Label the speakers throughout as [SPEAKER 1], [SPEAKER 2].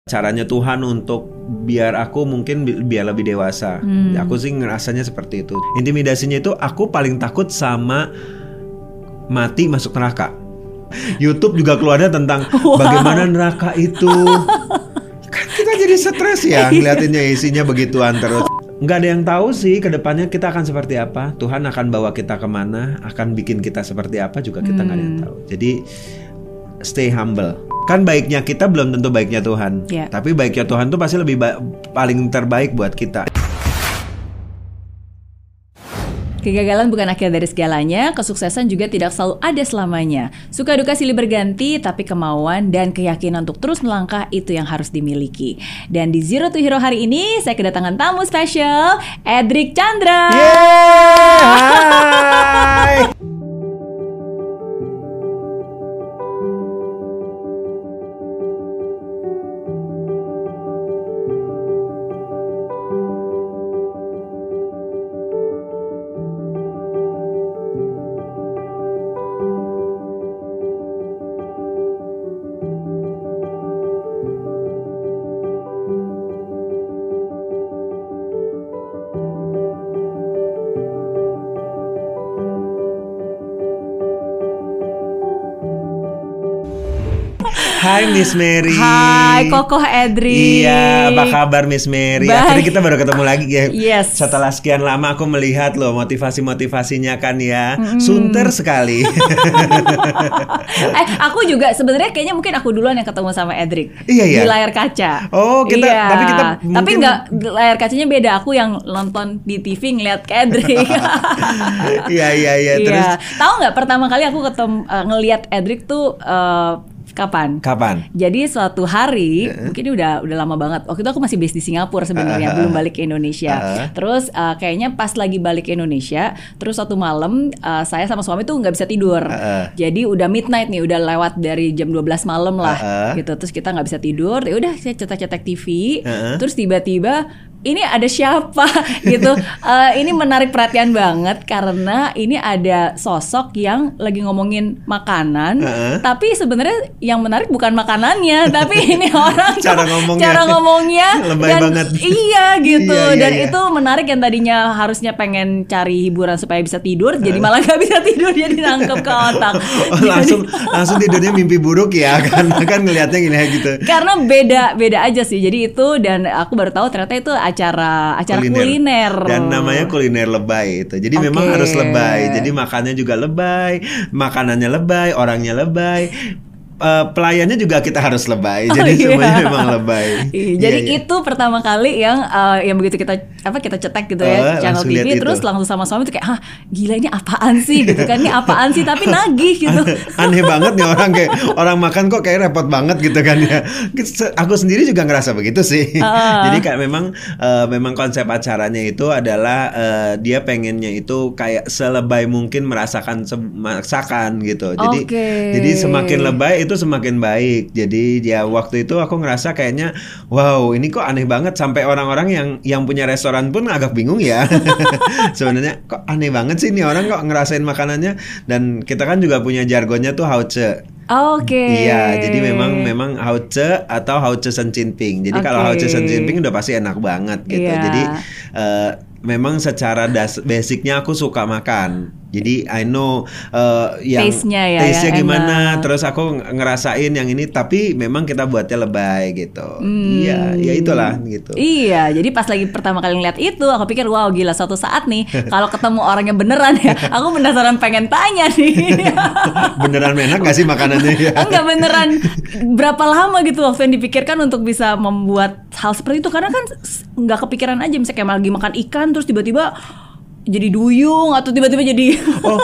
[SPEAKER 1] Caranya Tuhan untuk biar aku mungkin biar lebih dewasa. Aku sih ngerasanya seperti itu. Intimidasinya itu aku paling takut sama mati masuk neraka. YouTube juga keluarnya tentang bagaimana neraka itu. Kan kita jadi stres ya ngeliatinnya isinya begituan terus. Nggak ada yang tahu sih kedepannya kita akan seperti apa. Tuhan akan bawa kita kemana, akan bikin kita seperti apa juga kita nggak ada yang tahu. Jadi stay humble. Kan baiknya kita belum tentu baiknya Tuhan. Tapi baiknya Tuhan tuh pasti lebih paling terbaik buat kita.
[SPEAKER 2] Kegagalan bukan akhir dari segalanya, kesuksesan juga tidak selalu ada selamanya. Suka duka silih berganti, tapi kemauan dan keyakinan untuk terus melangkah itu yang harus dimiliki. Dan di Zero to Hero hari ini, saya kedatangan tamu spesial, Edric Chandra.
[SPEAKER 1] Hai. Hai Miss Mary.
[SPEAKER 2] Hai Kokoh Edric.
[SPEAKER 1] Iya, apa kabar Miss Mary? Akhirnya kita baru ketemu lagi ya.
[SPEAKER 2] Yes.
[SPEAKER 1] Setelah sekian lama aku melihat loh motivasi-motivasinya kan ya. Sunter sekali.
[SPEAKER 2] Aku juga sebenarnya kayaknya mungkin aku duluan yang ketemu sama Edric.
[SPEAKER 1] Iya.
[SPEAKER 2] Di layar kaca.
[SPEAKER 1] Oh, kita tapi kita mungkin...
[SPEAKER 2] Tapi nggak, layar kacanya beda. Aku yang nonton di TV ngeliat ke Edric.
[SPEAKER 1] Iya. Terus
[SPEAKER 2] tahu nggak pertama kali aku ketemu ngeliat Edric tuh Kapan? Jadi suatu hari, mungkin udah lama banget. Waktu itu aku masih base di Singapura sebenarnya, belum balik ke Indonesia. Terus kayaknya pas lagi balik ke Indonesia, terus suatu malam saya sama suami tuh nggak bisa tidur. Jadi udah midnight nih, udah lewat dari jam 12 malam lah, gitu. Terus kita nggak bisa tidur. Ya udah, saya cetek-cetek TV. Terus tiba-tiba ini ada siapa gitu. Ini menarik perhatian banget karena ini ada sosok yang lagi ngomongin makanan, tapi sebenarnya yang menarik bukan makanannya, tapi ini orang cara ngomongnya
[SPEAKER 1] lebay
[SPEAKER 2] dan
[SPEAKER 1] banget.
[SPEAKER 2] Iya gitu.
[SPEAKER 1] Iya.
[SPEAKER 2] Itu menarik, yang tadinya harusnya pengen cari hiburan supaya bisa tidur, jadi malah gak bisa tidur, jadi nangkep ke otak.
[SPEAKER 1] langsung tidurnya mimpi buruk ya, karena kan ngelihatnya gini gitu.
[SPEAKER 2] Karena beda aja sih. Jadi itu, dan aku baru tahu ternyata itu acara kuliner.
[SPEAKER 1] Dan namanya kuliner lebay itu. Jadi memang harus lebay. Jadi makannya juga lebay, makanannya lebay, orangnya lebay. Pelayannya juga kita harus lebay. Jadi semuanya memang lebay.
[SPEAKER 2] Jadi itu pertama kali yang begitu kita cetek gitu ya channel TV, terus langsung sama suami tuh kayak, gila ini apaan sih gitu kan, ini apaan sih, tapi nagih gitu.
[SPEAKER 1] Aneh banget nih orang, kayak orang makan kok kayak repot banget gitu kan ya. Aku sendiri juga ngerasa begitu sih. Jadi kayak memang konsep acaranya itu adalah dia pengennya itu kayak selebay mungkin merasakan masakan gitu. Jadi semakin lebay itu semakin baik. Jadi ya waktu itu aku ngerasa kayaknya wow, ini kok aneh banget, sampai orang-orang yang punya restoran pun agak bingung ya. Sebenarnya kok aneh banget sih ini orang kok ngerasain makanannya. Dan kita kan juga punya jargonnya tuh hauce. Iya, jadi memang hauce atau hauce sen jinping. Jadi kalau hauce sen jinping udah pasti enak banget gitu. Jadi memang secara basicnya aku suka makan. Jadi I know yang taste-nya gimana, enak. Terus aku ngerasain yang ini, tapi memang kita buatnya lebay gitu. Iya, ya itulah gitu.
[SPEAKER 2] Iya, jadi pas lagi pertama kali ngeliat itu, aku pikir wow gila, suatu saat nih kalau ketemu orangnya beneran ya, aku penasaran pengen tanya nih.
[SPEAKER 1] Beneran enak gak sih makanannya ya?
[SPEAKER 2] Enggak, beneran berapa lama gitu waktu yang dipikirkan untuk bisa membuat hal seperti itu, karena kan nggak kepikiran aja misalnya kayak lagi makan ikan terus tiba-tiba jadi duyung atau tiba-tiba jadi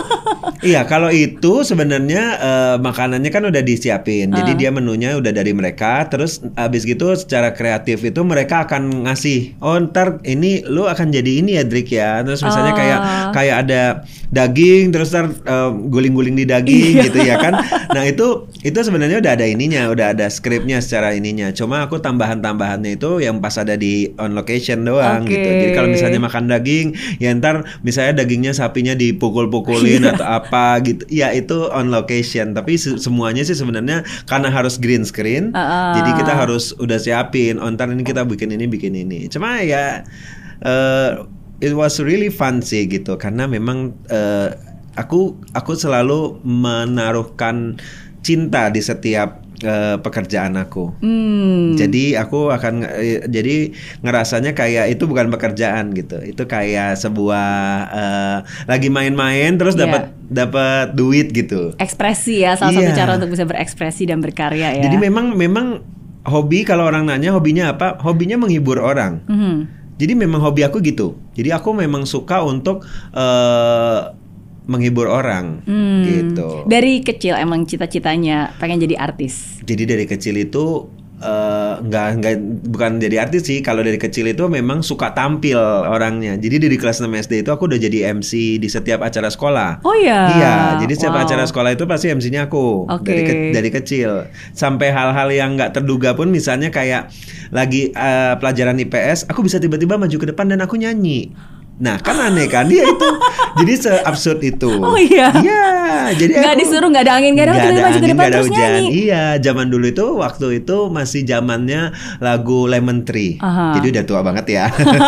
[SPEAKER 1] iya, kalau itu sebenarnya makanannya kan udah disiapin. Jadi dia menunya udah dari mereka. Terus abis gitu secara kreatif itu mereka akan ngasih, ntar ini lu akan jadi ini ya Drik ya. Terus misalnya kayak ada daging, terus ntar guling-guling di daging gitu ya kan. Nah itu sebenarnya udah ada ininya, udah ada skripnya secara ininya. Cuma aku tambahan-tambahannya itu yang pas ada di on location doang gitu. Jadi kalau misalnya makan daging, ya ntar misalnya dagingnya sapinya dipukul-pukulin atau apa gitu. Ya itu on location. Tapi semuanya sih sebenarnya karena harus green screen. Jadi kita harus udah siapin. Ntar ini kita bikin ini. Cuma ya it was really fun sih gitu. Karena memang aku selalu menaruhkan cinta di setiap pekerjaan aku. Jadi aku akan jadi ngerasanya kayak itu bukan pekerjaan gitu. Itu kayak sebuah lagi main-main terus dapat duit gitu.
[SPEAKER 2] Ekspresi ya, salah satu cara untuk bisa berekspresi dan berkarya ya.
[SPEAKER 1] Jadi memang hobi, kalau orang nanya hobinya apa? Hobinya menghibur orang. Jadi memang hobi aku gitu. Jadi aku memang suka untuk menghibur orang gitu.
[SPEAKER 2] Dari kecil emang cita-citanya pengen jadi artis.
[SPEAKER 1] Jadi dari kecil itu bukan jadi artis sih. Kalau dari kecil itu memang suka tampil orangnya. Jadi dari kelas 6 SD itu aku udah jadi MC di setiap acara sekolah.
[SPEAKER 2] Oh iya.
[SPEAKER 1] Iya, jadi setiap acara sekolah itu pasti MC-nya aku. Dari kecil. Sampai hal-hal yang nggak terduga pun, misalnya kayak lagi pelajaran IPS, aku bisa tiba-tiba maju ke depan dan aku nyanyi. Nah kan aneh kan dia itu. Jadi se-absurd itu.
[SPEAKER 2] Oh iya.
[SPEAKER 1] Iya. Jadi
[SPEAKER 2] nggak disuruh, nggak ada angin, nggak ada maju ke depan terus
[SPEAKER 1] hujan. Nyanyi. Iya, zaman dulu itu waktu itu masih zamannya lagu Lemon Tree. Jadi udah tua banget ya.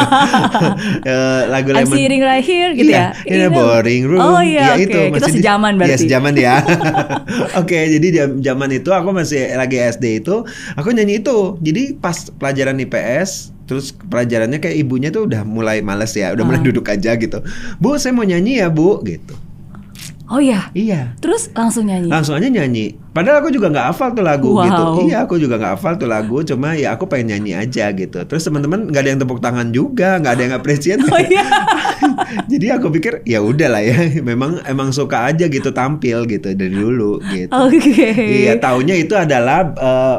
[SPEAKER 1] Lagu
[SPEAKER 2] I'm sitting right here gitu ya.
[SPEAKER 1] In a boring room.
[SPEAKER 2] Oh iya,
[SPEAKER 1] ya, itu
[SPEAKER 2] kita sejaman berarti.
[SPEAKER 1] Iya, sejaman ya. Oke, jadi zaman itu aku masih lagi SD itu, aku nyanyi itu. Jadi pas pelajaran IPS, terus pelajarannya kayak ibunya tuh udah mulai males ya, udah mulai duduk aja gitu. Bu, saya mau nyanyi ya Bu, gitu.
[SPEAKER 2] Oh iya?
[SPEAKER 1] Iya.
[SPEAKER 2] Terus langsung nyanyi?
[SPEAKER 1] Langsung aja nyanyi. Padahal aku juga gak hafal tuh lagu gitu. Iya, aku juga gak hafal tuh lagu, cuma ya aku pengen nyanyi aja gitu. Terus teman-teman gak ada yang tepuk tangan juga, gak ada yang appreciate.
[SPEAKER 2] Oh iya.
[SPEAKER 1] Jadi aku pikir ya udahlah ya, emang suka aja gitu tampil gitu dari dulu gitu.
[SPEAKER 2] Oke.
[SPEAKER 1] Iya, taunya itu adalah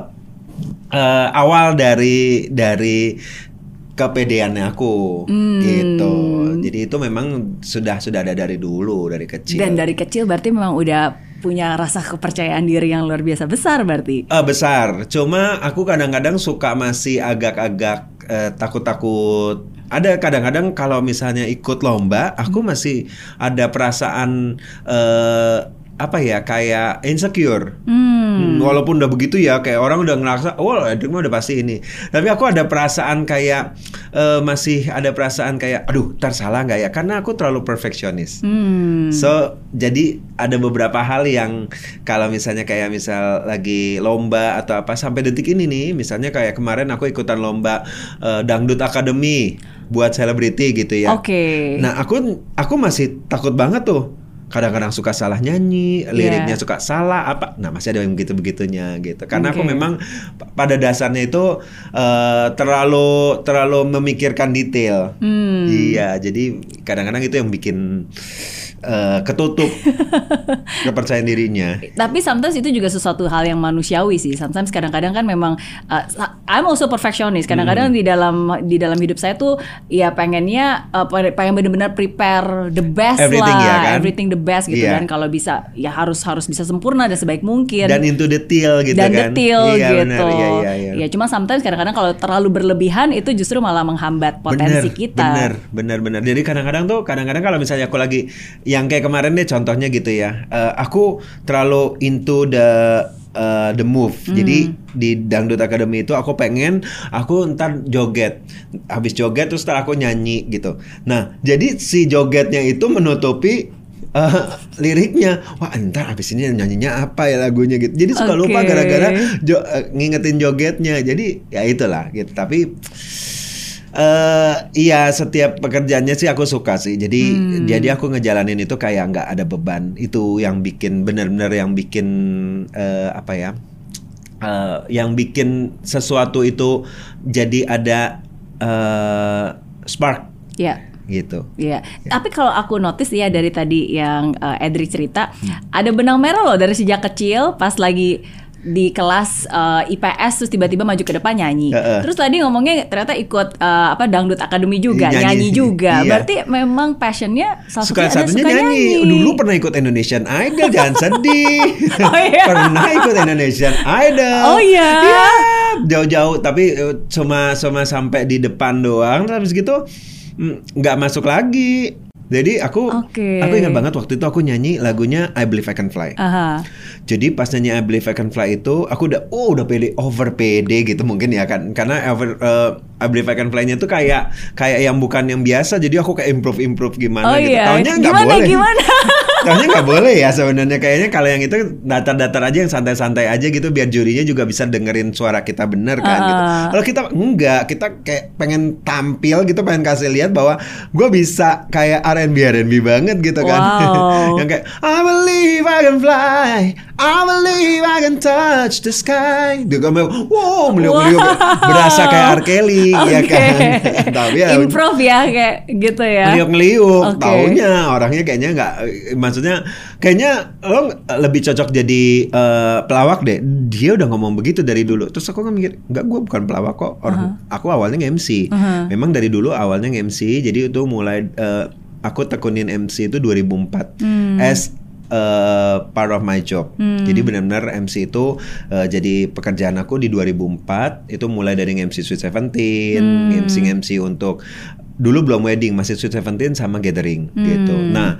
[SPEAKER 1] awal dari kepedeannya aku gitu. Jadi itu memang sudah ada dari dulu, dari kecil.
[SPEAKER 2] Dan dari kecil berarti memang udah punya rasa kepercayaan diri yang luar biasa besar berarti.
[SPEAKER 1] Besar. Cuma aku kadang-kadang suka masih agak-agak takut-takut. Ada kadang-kadang kalau misalnya ikut lomba, aku masih ada perasaan kayak insecure. Walaupun udah begitu ya, kayak orang udah ngerasa, Edric mah udah pasti ini. Tapi aku ada perasaan kayak masih ada perasaan kayak, aduh, ntar salah nggak ya? Karena aku terlalu perfeksionis. So jadi ada beberapa hal yang kalau misalnya kayak misal lagi lomba atau apa sampai detik ini nih, misalnya kayak kemarin aku ikutan lomba Dangdut Academy buat selebriti gitu ya. Nah aku masih takut banget tuh. Kadang-kadang suka salah nyanyi, liriknya suka salah apa. Nah, masih ada yang begitu-begitunya gitu. Karena aku memang pada dasarnya itu terlalu memikirkan detail. Iya, jadi kadang-kadang itu yang bikin ketutup kepercayaan dirinya.
[SPEAKER 2] Tapi sometimes itu juga sesuatu hal yang manusiawi sih. Sometimes kadang-kadang kan memang I'm also perfectionist. Kadang-kadang di dalam hidup saya tuh ya pengen benar-benar prepare the best
[SPEAKER 1] everything,
[SPEAKER 2] lah,
[SPEAKER 1] ya kan?
[SPEAKER 2] Everything the best gitu kan. Kalau bisa ya harus bisa sempurna dan sebaik mungkin.
[SPEAKER 1] Dan into detail gitu kan.
[SPEAKER 2] Dan detail gitu.
[SPEAKER 1] Benar,
[SPEAKER 2] Ya cuma sometimes kadang-kadang kalau terlalu berlebihan itu justru malah menghambat potensi kita.
[SPEAKER 1] Benar. Jadi kadang-kadang kalau misalnya aku lagi yang kayak kemarin deh contohnya gitu ya, aku terlalu into the move. Jadi di Dangdut Academy itu aku ntar joget, habis joget terus ntar aku nyanyi gitu. Nah jadi si jogetnya itu menutupi liriknya. Wah ntar habis ini nyanyinya apa ya lagunya gitu. Jadi suka lupa gara-gara ngingetin jogetnya. Jadi ya itulah gitu. Tapi iya setiap pekerjaannya sih aku suka sih. Jadi aku ngejalanin itu kayak nggak ada beban. Itu yang bikin benar-benar yang bikin yang bikin sesuatu itu jadi ada spark.
[SPEAKER 2] Iya.
[SPEAKER 1] Gitu.
[SPEAKER 2] Iya. Tapi kalau aku notice ya dari tadi yang Edric cerita, ada benang merah loh dari sejak kecil pas lagi di kelas IPS terus tiba-tiba maju ke depan nyanyi. Terus tadi ngomongnya ternyata ikut Dangdut Academy juga, nyanyi juga. Iya. Berarti memang passionnya salah satunya
[SPEAKER 1] nyanyi. Dulu pernah ikut Indonesian Idol, jangan sedih. Pernah ikut Indonesian Idol.
[SPEAKER 2] Oh iya.
[SPEAKER 1] Iya, jauh-jauh tapi cuma sampai di depan doang. Terus gitu nggak masuk lagi. Jadi aku ingat banget waktu itu aku nyanyi lagunya I Believe I Can Fly. Jadi pas nyanyi I Believe I Can Fly itu aku udah pede, over pede gitu mungkin ya kan, karena I Believe I Can Fly-nya tuh kayak yang bukan yang biasa. Jadi aku kayak improve gimana gitu. Taunya nggak boleh. Taunya nggak boleh ya sebenarnya. Kayaknya kalau yang itu datar-datar aja, yang santai-santai aja gitu, biar jurinya juga bisa dengerin suara kita bener kan gitu. Kalau kita enggak, kita kayak pengen tampil gitu, pengen kasih lihat bahwa gue bisa kayak R&B banget gitu kan. Yang kayak I believe I can fly, I believe I can touch the sky. Dia kan meliuk-meliuk berasa kayak R. Kelly ya kan. Tapi ya
[SPEAKER 2] improve ya kayak gitu ya.
[SPEAKER 1] Meliuk-meliuk. Taunya orangnya kayaknya nggak, maksudnya kayaknya lo lebih cocok jadi pelawak deh. Dia udah ngomong begitu dari dulu. Terus aku kan mikir, enggak, gue bukan pelawak kok. Aku awalnya nge-MC. Memang dari dulu awalnya nge-MC. Jadi itu mulai aku tekunin MC itu 2004 as part of my job. Jadi benar-benar MC itu jadi pekerjaan aku di 2004. Itu mulai dari MC Sweet Seventeen, MC untuk dulu belum wedding, masih Sweet Seventeen sama gathering gitu. Nah,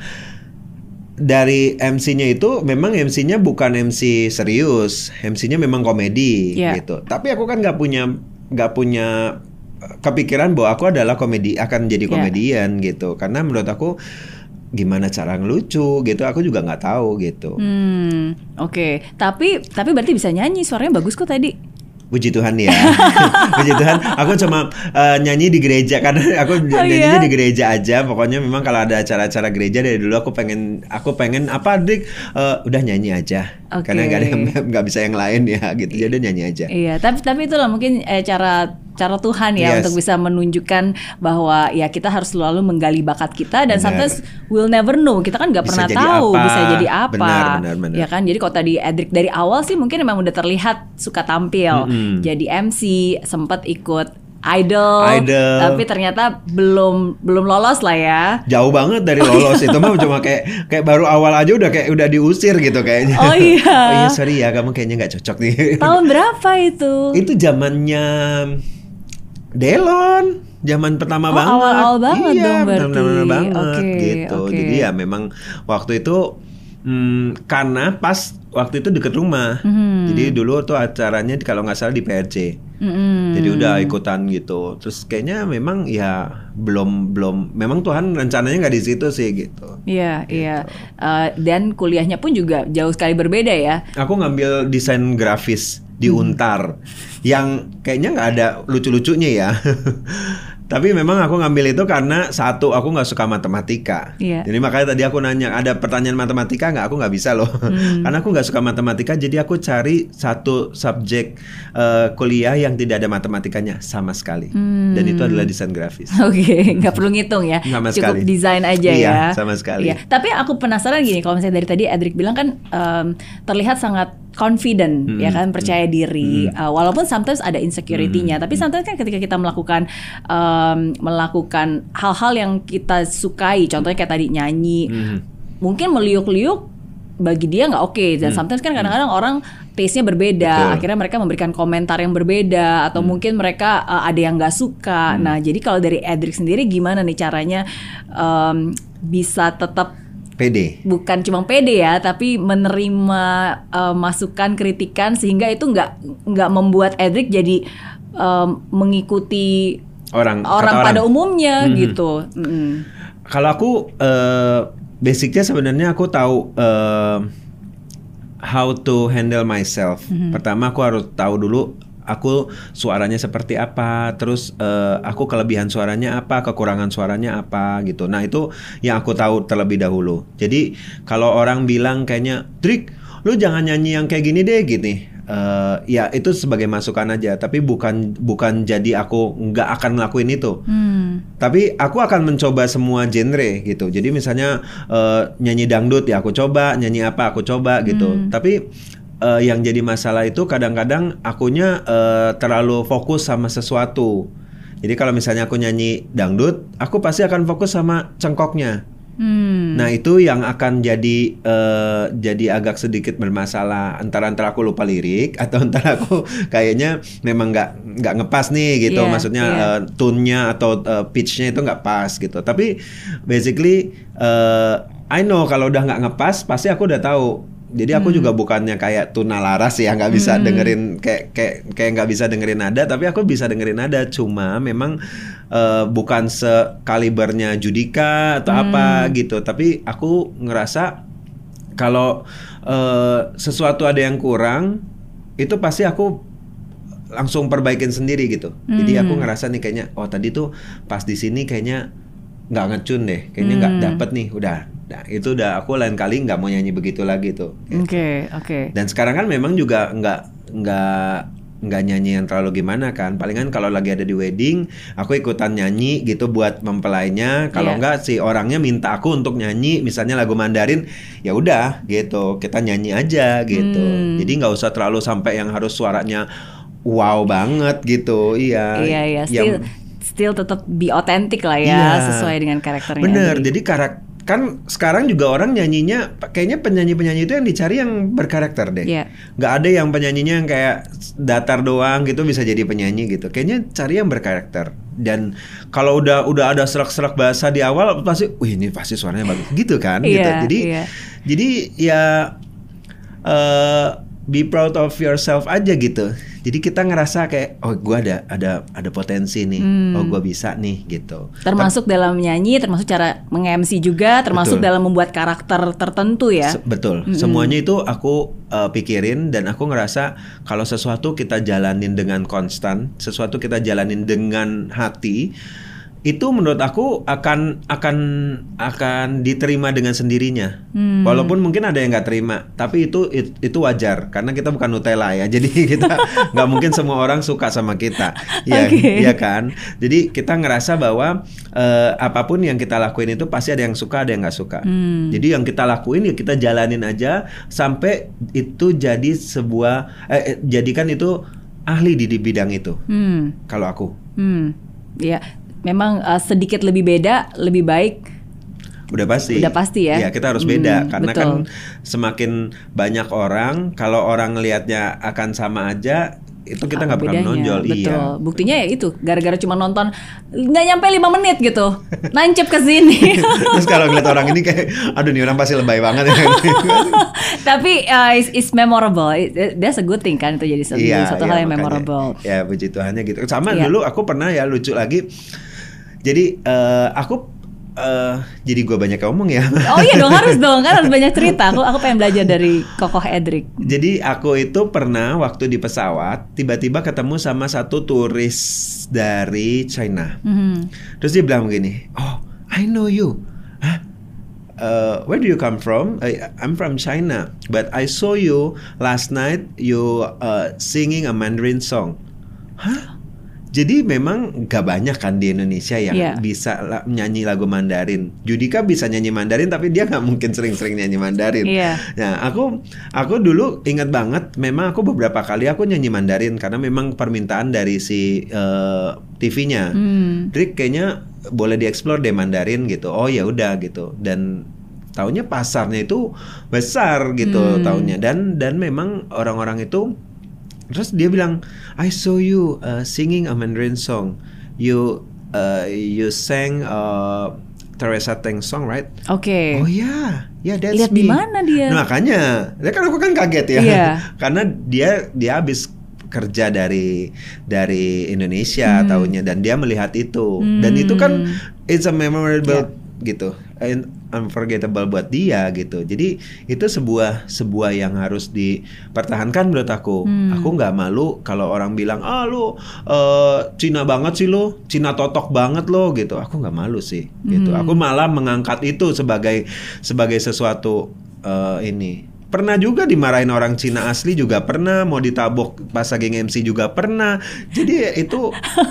[SPEAKER 1] dari MC-nya itu memang MC-nya bukan MC serius, MC-nya memang komedi gitu. Tapi aku kan nggak punya kepikiran bahwa aku adalah akan jadi komedian gitu. Karena menurut aku gimana cara ngelucu gitu, aku juga nggak tahu gitu.
[SPEAKER 2] Oke. Tapi berarti bisa nyanyi, suaranya bagus kok tadi.
[SPEAKER 1] Puji Tuhan ya. Puji Tuhan. Aku cuma nyanyi di gereja, karena aku nyanyinya di gereja aja. Pokoknya memang kalau ada acara-acara gereja dari dulu aku pengen apa, Dik? Udah nyanyi aja. Karena nggak bisa yang lain ya gitu. Jadi udah nyanyi aja.
[SPEAKER 2] Iya, tapi itulah mungkin cara Tuhan ya untuk bisa menunjukkan bahwa ya kita harus selalu menggali bakat kita, dan sometimes we'll never know. Kita kan nggak pernah tahu bisa jadi apa. Benar. Ya kan. Jadi kalau tadi Edric dari awal sih mungkin memang udah terlihat suka tampil. Jadi MC, sempat ikut Idol, tapi ternyata belum lolos lah ya.
[SPEAKER 1] Jauh banget dari lolos. Itu mah cuma kayak baru awal aja udah diusir gitu kayaknya.
[SPEAKER 2] Oh iya.
[SPEAKER 1] Sorry ya, kamu kayaknya nggak cocok nih.
[SPEAKER 2] Tahun berapa itu?
[SPEAKER 1] Itu zamannya Delon, zaman pertama banget.
[SPEAKER 2] Awal-awal banget dong berarti.
[SPEAKER 1] Benar-benar banget gitu. Jadi ya memang waktu itu karena pas waktu itu deket rumah. Jadi dulu tuh acaranya kalau nggak salah di PRC. Jadi udah ikutan gitu. Terus kayaknya memang ya belum memang Tuhan rencananya nggak di situ sih gitu.
[SPEAKER 2] Iya,
[SPEAKER 1] gitu.
[SPEAKER 2] Iya. Dan kuliahnya pun juga jauh sekali berbeda ya.
[SPEAKER 1] Aku ngambil desain grafis di Untar yang kayaknya nggak ada lucu-lucunya ya. Tapi memang aku ngambil itu karena satu, aku nggak suka matematika. Jadi makanya tadi aku nanya, ada pertanyaan matematika nggak? Aku nggak bisa loh. Karena aku nggak suka matematika, jadi aku cari satu subjek kuliah yang tidak ada matematikanya sama sekali. Dan itu adalah desain grafis.
[SPEAKER 2] Nggak perlu ngitung ya.
[SPEAKER 1] Sama
[SPEAKER 2] cukup
[SPEAKER 1] sekali.
[SPEAKER 2] Desain aja
[SPEAKER 1] ya.
[SPEAKER 2] Iya,
[SPEAKER 1] sama sekali.
[SPEAKER 2] Tapi aku penasaran gini, kalau misalnya dari tadi Edric bilang kan terlihat sangat confident, ya kan, percaya diri. Walaupun sometimes ada insecurity-nya, tapi sometimes kan ketika kita melakukan hal-hal yang kita sukai, contohnya kayak tadi nyanyi, mungkin meliuk-liuk bagi dia nggak oke. Dan sometimes kan kadang-kadang orang taste-nya berbeda. Akhirnya mereka memberikan komentar yang berbeda, atau mungkin mereka ada yang nggak suka. Nah, jadi kalau dari Edric sendiri gimana nih caranya bisa tetap
[SPEAKER 1] pede? Bukan
[SPEAKER 2] cuma pede ya, tapi menerima masukan, kritikan, sehingga itu nggak membuat Edric jadi mengikuti orang pada umumnya gitu.
[SPEAKER 1] Kalau aku basicnya sebenarnya aku tahu how to handle myself. Pertama aku harus tahu dulu aku suaranya seperti apa, terus aku kelebihan suaranya apa, kekurangan suaranya apa gitu. Nah itu yang aku tahu terlebih dahulu. Jadi kalau orang bilang kayaknya, Drik, lu jangan nyanyi yang kayak gini deh gini. Ya itu sebagai masukan aja, tapi bukan jadi aku nggak akan ngelakuin itu. Tapi aku akan mencoba semua genre gitu. Jadi misalnya nyanyi dangdut ya aku coba, nyanyi apa aku coba gitu. Tapi yang jadi masalah itu kadang-kadang akunya terlalu fokus sama sesuatu. Jadi kalau misalnya aku nyanyi dangdut, aku pasti akan fokus sama cengkoknya. Nah itu yang akan jadi agak sedikit bermasalah, antara aku lupa lirik atau antara aku kayaknya memang nggak ngepas nih gitu, maksudnya tune-nya atau pitch-nya itu nggak pas gitu. Tapi basically I know kalau udah nggak ngepas pasti aku udah tahu. Jadi aku juga bukannya kayak Tuna Laras ya, nggak bisa dengerin kayak nggak bisa dengerin nada, tapi aku bisa dengerin nada. Cuma memang bukan sekalibernya Judika atau apa gitu. Tapi aku ngerasa kalau sesuatu ada yang kurang, itu pasti aku langsung perbaikin sendiri gitu. Jadi aku ngerasa nih kayaknya, oh tadi tuh pas di sini kayaknya nggak ngecun deh, kayaknya nggak dapet nih, udah. Nah, itu udah aku lain kali nggak mau nyanyi begitu lagi tuh.
[SPEAKER 2] Oke.
[SPEAKER 1] Dan sekarang kan memang juga nggak nyanyi yang terlalu gimana kan. Palingan kalau lagi ada di wedding, aku ikutan nyanyi gitu buat mempelainya. Kalau nggak si orangnya minta aku untuk nyanyi, misalnya lagu Mandarin, ya udah gitu, kita nyanyi aja gitu. Jadi nggak usah terlalu sampai yang harus suaranya wow banget gitu. Iya.
[SPEAKER 2] Still tetap be authentic lah ya, sesuai dengan karakternya.
[SPEAKER 1] Bener, jadi kan sekarang juga orang nyanyinya kayaknya penyanyi-penyanyi itu yang dicari yang berkarakter deh. Nggak ada yang penyanyinya yang kayak datar doang gitu bisa jadi penyanyi gitu. Kayaknya cari yang berkarakter. Dan kalau udah ada serak-serak bahasa di awal pasti, wih ini pasti suaranya bagus gitu kan gitu. Jadi ya be proud of yourself aja gitu. Jadi kita ngerasa kayak, oh gue ada potensi nih, oh gue bisa nih gitu.
[SPEAKER 2] Termasuk dalam nyanyi, termasuk cara meng-MC juga, termasuk dalam membuat karakter tertentu ya.
[SPEAKER 1] Betul, semuanya itu aku pikirin, dan aku ngerasa kalau sesuatu kita jalanin dengan konstan, sesuatu kita jalanin dengan hati, itu menurut aku akan diterima dengan sendirinya. Walaupun mungkin ada yang nggak terima, tapi itu wajar karena kita bukan Nutella ya. Jadi kita nggak mungkin semua orang suka sama kita, ya kan. Jadi kita ngerasa bahwa apapun yang kita lakuin itu pasti ada yang suka, ada yang nggak suka. Jadi yang kita lakuin ya kita jalanin aja sampai itu jadi jadikan itu ahli di bidang itu. Kalau aku.
[SPEAKER 2] Ya. Memang sedikit lebih beda, lebih baik.
[SPEAKER 1] Udah pasti ya. Ya kita harus beda karena kan semakin banyak orang, kalau orang ngelihatnya akan sama aja, itu kita nggak pernah menonjol.
[SPEAKER 2] Betul. Buktinya ya itu, gara-gara cuma nonton nggak nyampe 5 menit gitu, nancep ke sini.
[SPEAKER 1] Terus kalau ngeliat orang ini kayak, aduh nih orang pasti lebay banget ya.
[SPEAKER 2] Tapi it's memorable. That's a good thing kan, itu jadi satu hal yang memorable.
[SPEAKER 1] Ya puji Tuhannya gitu. Sama dulu aku pernah ya, lucu lagi. Jadi aku jadi gue banyak ngomong ya.
[SPEAKER 2] Oh iya dong, harus banyak cerita. Aku pengen belajar dari Kokoh Edric.
[SPEAKER 1] Jadi aku itu pernah waktu di pesawat tiba-tiba ketemu sama satu turis dari China. Terus dia bilang begini, oh I know you. Hah? Where do you come from? I'm from China, but I saw you last night. You singing a Mandarin song. Hah? Jadi memang gak banyak kan di Indonesia yang bisa nyanyi lagu Mandarin. Judika bisa nyanyi Mandarin, tapi dia gak mungkin sering-sering nyanyi Mandarin. Nah, aku dulu ingat banget, memang aku beberapa kali aku nyanyi Mandarin karena memang permintaan dari si TV-nya. Jadi kayaknya boleh dieksplor deh Mandarin gitu. Oh ya udah gitu. Dan taunya pasarnya itu besar gitu taunya. Dan memang orang-orang itu. Terus dia bilang, I saw you singing a Mandarin song. You sang Teresa Teng song, right?
[SPEAKER 2] Oke.
[SPEAKER 1] Oh ya, that's
[SPEAKER 2] lihat
[SPEAKER 1] me.
[SPEAKER 2] Di mana dia?
[SPEAKER 1] Nah, makanya, kan aku kan kaget ya, karena dia habis kerja dari Indonesia taunya, dan dia melihat itu, dan itu kan it's a memorable gitu, unforgettable buat dia gitu. Jadi itu sebuah yang harus dipertahankan menurut aku. Aku nggak malu kalau orang bilang, lu Cina banget sih lo, Cina totok banget lo gitu. Aku nggak malu sih gitu. Aku malah mengangkat itu sebagai sesuatu ini. Pernah juga dimarahin orang Cina asli juga pernah, mau ditabok pas lagi MC juga pernah. Jadi itu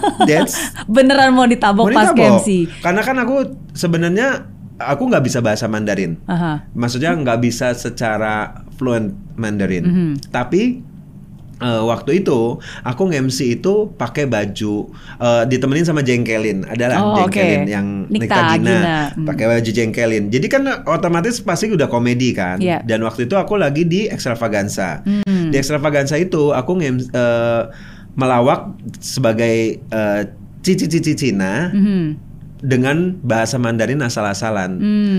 [SPEAKER 2] beneran mau ditabok pas MC.
[SPEAKER 1] Karena kan aku sebenarnya aku nggak bisa bahasa Mandarin. Maksudnya nggak bisa secara fluent Mandarin. Tapi waktu itu aku nge-MC itu pakai baju ditemenin sama Jengkelin, adalah Jengkelin yang Nikta Gina. Pakai baju Jengkelin. Jadi kan otomatis pasti udah komedi kan. Dan waktu itu aku lagi di Extravaganza. Di Extravaganza itu aku melawak sebagai Cici Cina dengan bahasa Mandarin asal-asalan.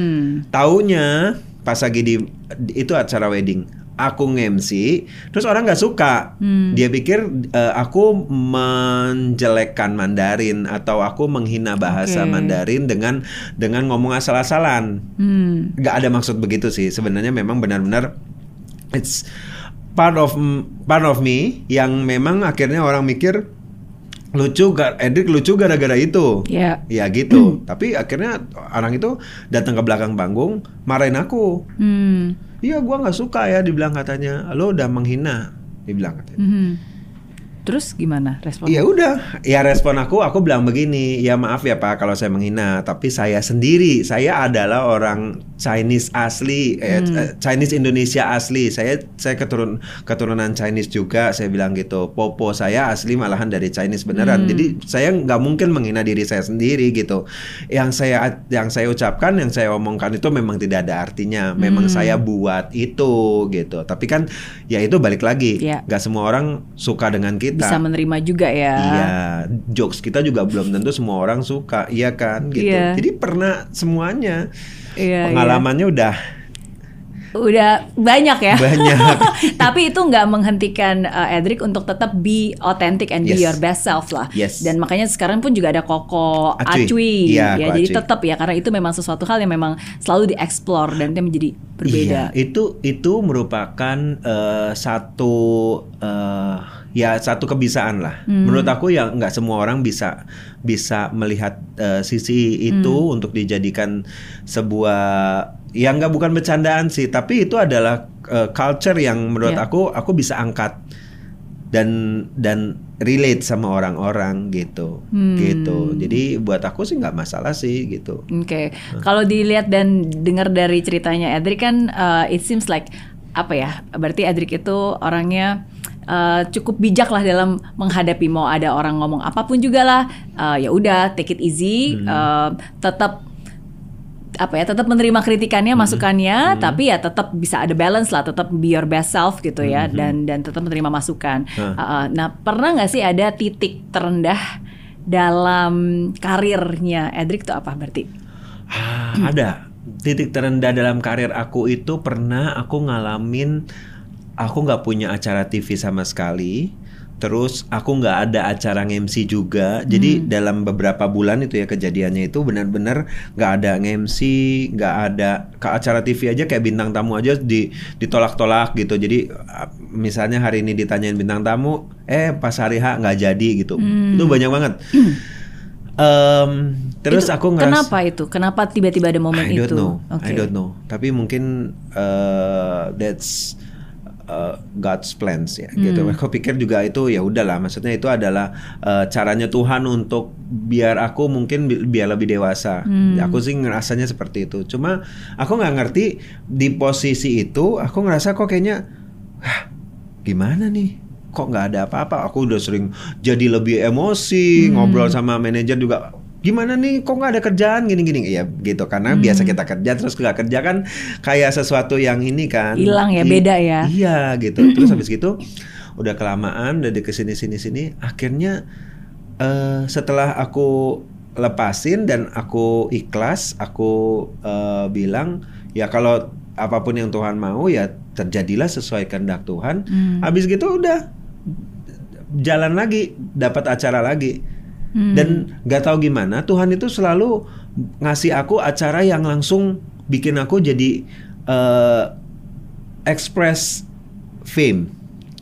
[SPEAKER 1] Taunya pas lagi itu acara wedding, aku nge-MC, terus orang nggak suka. Dia pikir aku menjelekkan Mandarin atau aku menghina bahasa Mandarin dengan ngomong asal-asalan. Nggak ada maksud begitu sih. Sebenarnya memang benar-benar it's part of me yang memang akhirnya orang mikir lucu, Edric lucu gara-gara itu. Ya gitu. Tapi akhirnya orang itu datang ke belakang panggung marahin aku. Iya, gua nggak suka ya, dibilang katanya. Lo udah menghina, dibilang katanya.
[SPEAKER 2] Terus gimana respon?
[SPEAKER 1] Ya udah, ya respon aku bilang begini, ya maaf ya Pak kalau saya menghina, tapi saya sendiri, saya adalah orang Chinese asli, Chinese Indonesia asli. Saya keturunan Chinese juga, saya bilang gitu. Popo saya asli malahan dari Chinese beneran. Jadi saya nggak mungkin menghina diri saya sendiri gitu. Yang saya ucapkan, yang saya omongkan itu memang tidak ada artinya. Memang saya buat itu gitu. Tapi kan ya itu balik lagi, nggak semua orang suka dengan kita.
[SPEAKER 2] Bisa menerima juga ya.
[SPEAKER 1] Iya, jokes kita juga belum tentu semua orang suka, iya kan gitu. Jadi pernah semuanya. Pengalamannya udah
[SPEAKER 2] banyak ya.
[SPEAKER 1] Banyak.
[SPEAKER 2] Tapi itu nggak menghentikan Edric untuk tetap be authentic and be your best self lah. Dan makanya sekarang pun juga ada Koko Acui. Jadi tetap ya, karena itu memang sesuatu hal yang memang selalu dieksplor dan itu menjadi berbeda.
[SPEAKER 1] Itu merupakan satu kebiasaan lah. Menurut aku ya nggak semua orang bisa melihat sisi itu untuk dijadikan sebuah, ya bukan bercandaan sih, tapi itu adalah culture yang menurut aku bisa angkat dan relate sama orang-orang gitu. Gitu. Jadi buat aku sih nggak masalah sih gitu.
[SPEAKER 2] Kalau dilihat dan dengar dari ceritanya Edric kan it seems like berarti Edric itu orangnya cukup bijak lah dalam menghadapi mau ada orang ngomong apapun juga lah, ya udah take it easy, tetap menerima kritikannya, masukannya, tapi ya tetap bisa ada balance lah, tetap be your best self gitu ya, dan tetap menerima masukan. Nah, pernah nggak sih ada titik terendah dalam karirnya Edric itu apa berarti?
[SPEAKER 1] Ada titik terendah dalam karir aku itu pernah aku ngalamin. Aku nggak punya acara TV sama sekali, terus aku nggak ada acara MC juga. Jadi dalam beberapa bulan itu ya kejadiannya itu benar-benar nggak ada MC, nggak ada ke acara TV aja kayak bintang tamu aja ditolak-tolak gitu. Jadi misalnya hari ini ditanyain bintang tamu, pas hari H nggak jadi gitu. Itu banyak banget. Terus itu, aku ngerasa,
[SPEAKER 2] kenapa itu? Kenapa tiba-tiba ada momen itu?
[SPEAKER 1] I don't know. Tapi mungkin that's God's plans ya gitu. Aku pikir juga itu ya udahlah, maksudnya itu adalah caranya Tuhan untuk biar aku mungkin biar lebih dewasa. Aku sih ngerasanya seperti itu. Cuma aku nggak ngerti di posisi itu aku ngerasa kok kayaknya gimana nih? Kok nggak ada apa-apa? Aku udah sering jadi lebih emosi, ngobrol sama manajer juga. Gimana nih kok nggak ada kerjaan gini-gini ya gitu, karena biasa kita kerja terus nggak kerja kan kayak sesuatu yang ini kan
[SPEAKER 2] hilang ya, beda ya.
[SPEAKER 1] Iya gitu. Terus habis gitu udah kelamaan, udah di kesini akhirnya setelah aku lepasin dan aku ikhlas, aku bilang ya kalau apapun yang Tuhan mau ya terjadilah sesuai kehendak Tuhan. Habis gitu udah jalan lagi, dapat acara lagi. Dan gak tahu gimana Tuhan itu selalu ngasih aku acara yang langsung bikin aku jadi express fame.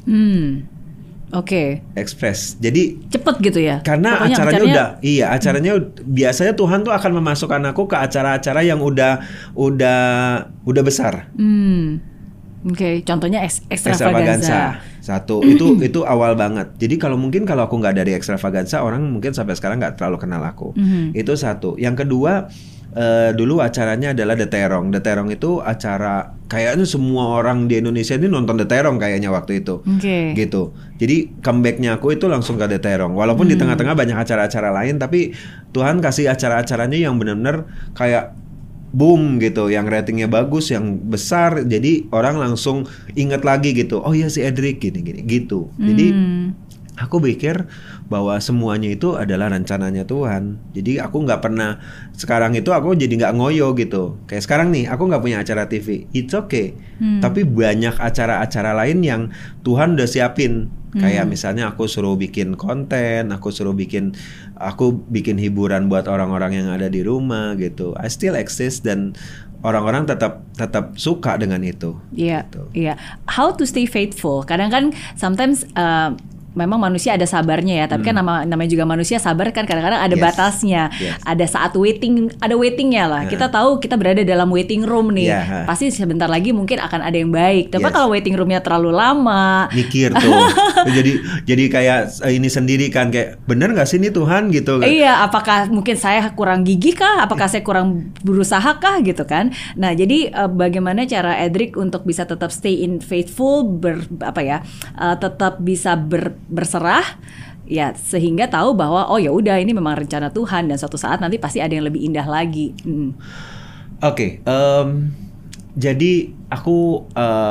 [SPEAKER 1] Express. Jadi cepet gitu ya. Karena acaranya acaranya biasanya Tuhan tuh akan memasukkan aku ke acara-acara yang udah besar.
[SPEAKER 2] Contohnya Extravaganza.
[SPEAKER 1] Satu itu awal banget. Jadi kalau aku nggak dari Extravaganza, orang mungkin sampai sekarang nggak terlalu kenal aku. Itu satu. Yang kedua, dulu acaranya adalah The Terong. The Terong itu acara kayaknya semua orang di Indonesia ini nonton The Terong kayaknya waktu itu. Gitu. Jadi comebacknya aku itu langsung ke The Terong. Walaupun di tengah-tengah banyak acara-acara lain, tapi Tuhan kasih acara-acaranya yang benar-benar kayak boom gitu, yang ratingnya bagus, yang besar. Jadi orang langsung inget lagi gitu. Oh iya si Edric gini-gini gitu. Jadi aku pikir bahwa semuanya itu adalah rencananya Tuhan. Jadi aku nggak pernah, sekarang itu aku jadi nggak ngoyo gitu. Kayak sekarang nih, aku nggak punya acara TV, it's okay. Tapi banyak acara-acara lain yang Tuhan udah siapin. Kayak misalnya aku suruh bikin konten, aku bikin hiburan buat orang-orang yang ada di rumah gitu. I still exist dan orang-orang tetap suka dengan itu.
[SPEAKER 2] Iya,
[SPEAKER 1] gitu.
[SPEAKER 2] Iya. How to stay faithful? Kadang kan sometimes memang manusia ada sabarnya ya, tapi kan namanya juga manusia, sabar kan kadang-kadang ada batasnya. Ada saat waitingnya lah. Kita tahu kita berada dalam waiting room nih. Pasti sebentar lagi mungkin akan ada yang baik. Tapi kalau waiting roomnya terlalu lama,
[SPEAKER 1] mikir tuh. jadi kayak ini sendiri kan, kayak bener nggak sih ini Tuhan gitu.
[SPEAKER 2] Iya, apakah mungkin saya kurang gigih kah? Apakah saya kurang berusaha kah gitu kan? Nah, jadi bagaimana cara Edric untuk bisa tetap stay in faithful, tetap bisa berserah ya, sehingga tahu bahwa oh ya udah ini memang rencana Tuhan dan suatu saat nanti pasti ada yang lebih indah lagi.
[SPEAKER 1] Oke, jadi aku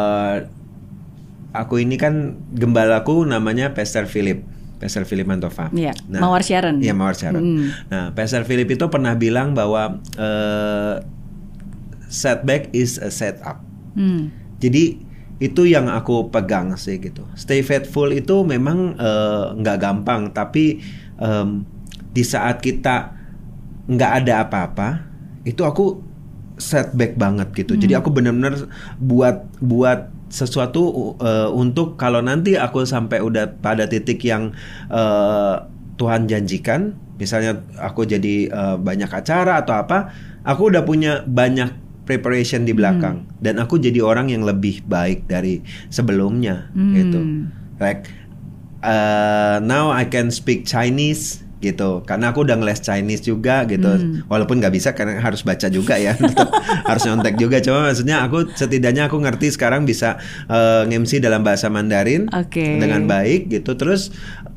[SPEAKER 1] ini kan gembalaku namanya Pastor Philip Mantova.
[SPEAKER 2] Iya, Mawar Sharon.
[SPEAKER 1] Iya, Mawar Sharon. Nah, Pastor Philip itu pernah bilang bahwa setback is a setup. Jadi itu yang aku pegang sih gitu. Stay faithful itu memang nggak gampang, tapi di saat kita nggak ada apa-apa, itu aku setback banget gitu. Jadi aku benar-benar buat sesuatu untuk kalau nanti aku sampai udah pada titik yang Tuhan janjikan, misalnya aku jadi banyak acara atau apa, aku udah punya banyak preparation di belakang dan aku jadi orang yang lebih baik dari sebelumnya gitu. Like now I can speak Chinese gitu karena aku udah ngeles Chinese juga gitu. Walaupun nggak bisa karena harus baca juga ya, harus nyontek juga. Cuma maksudnya aku setidaknya aku ngerti sekarang bisa nge-MC dalam bahasa Mandarin dengan baik gitu. Terus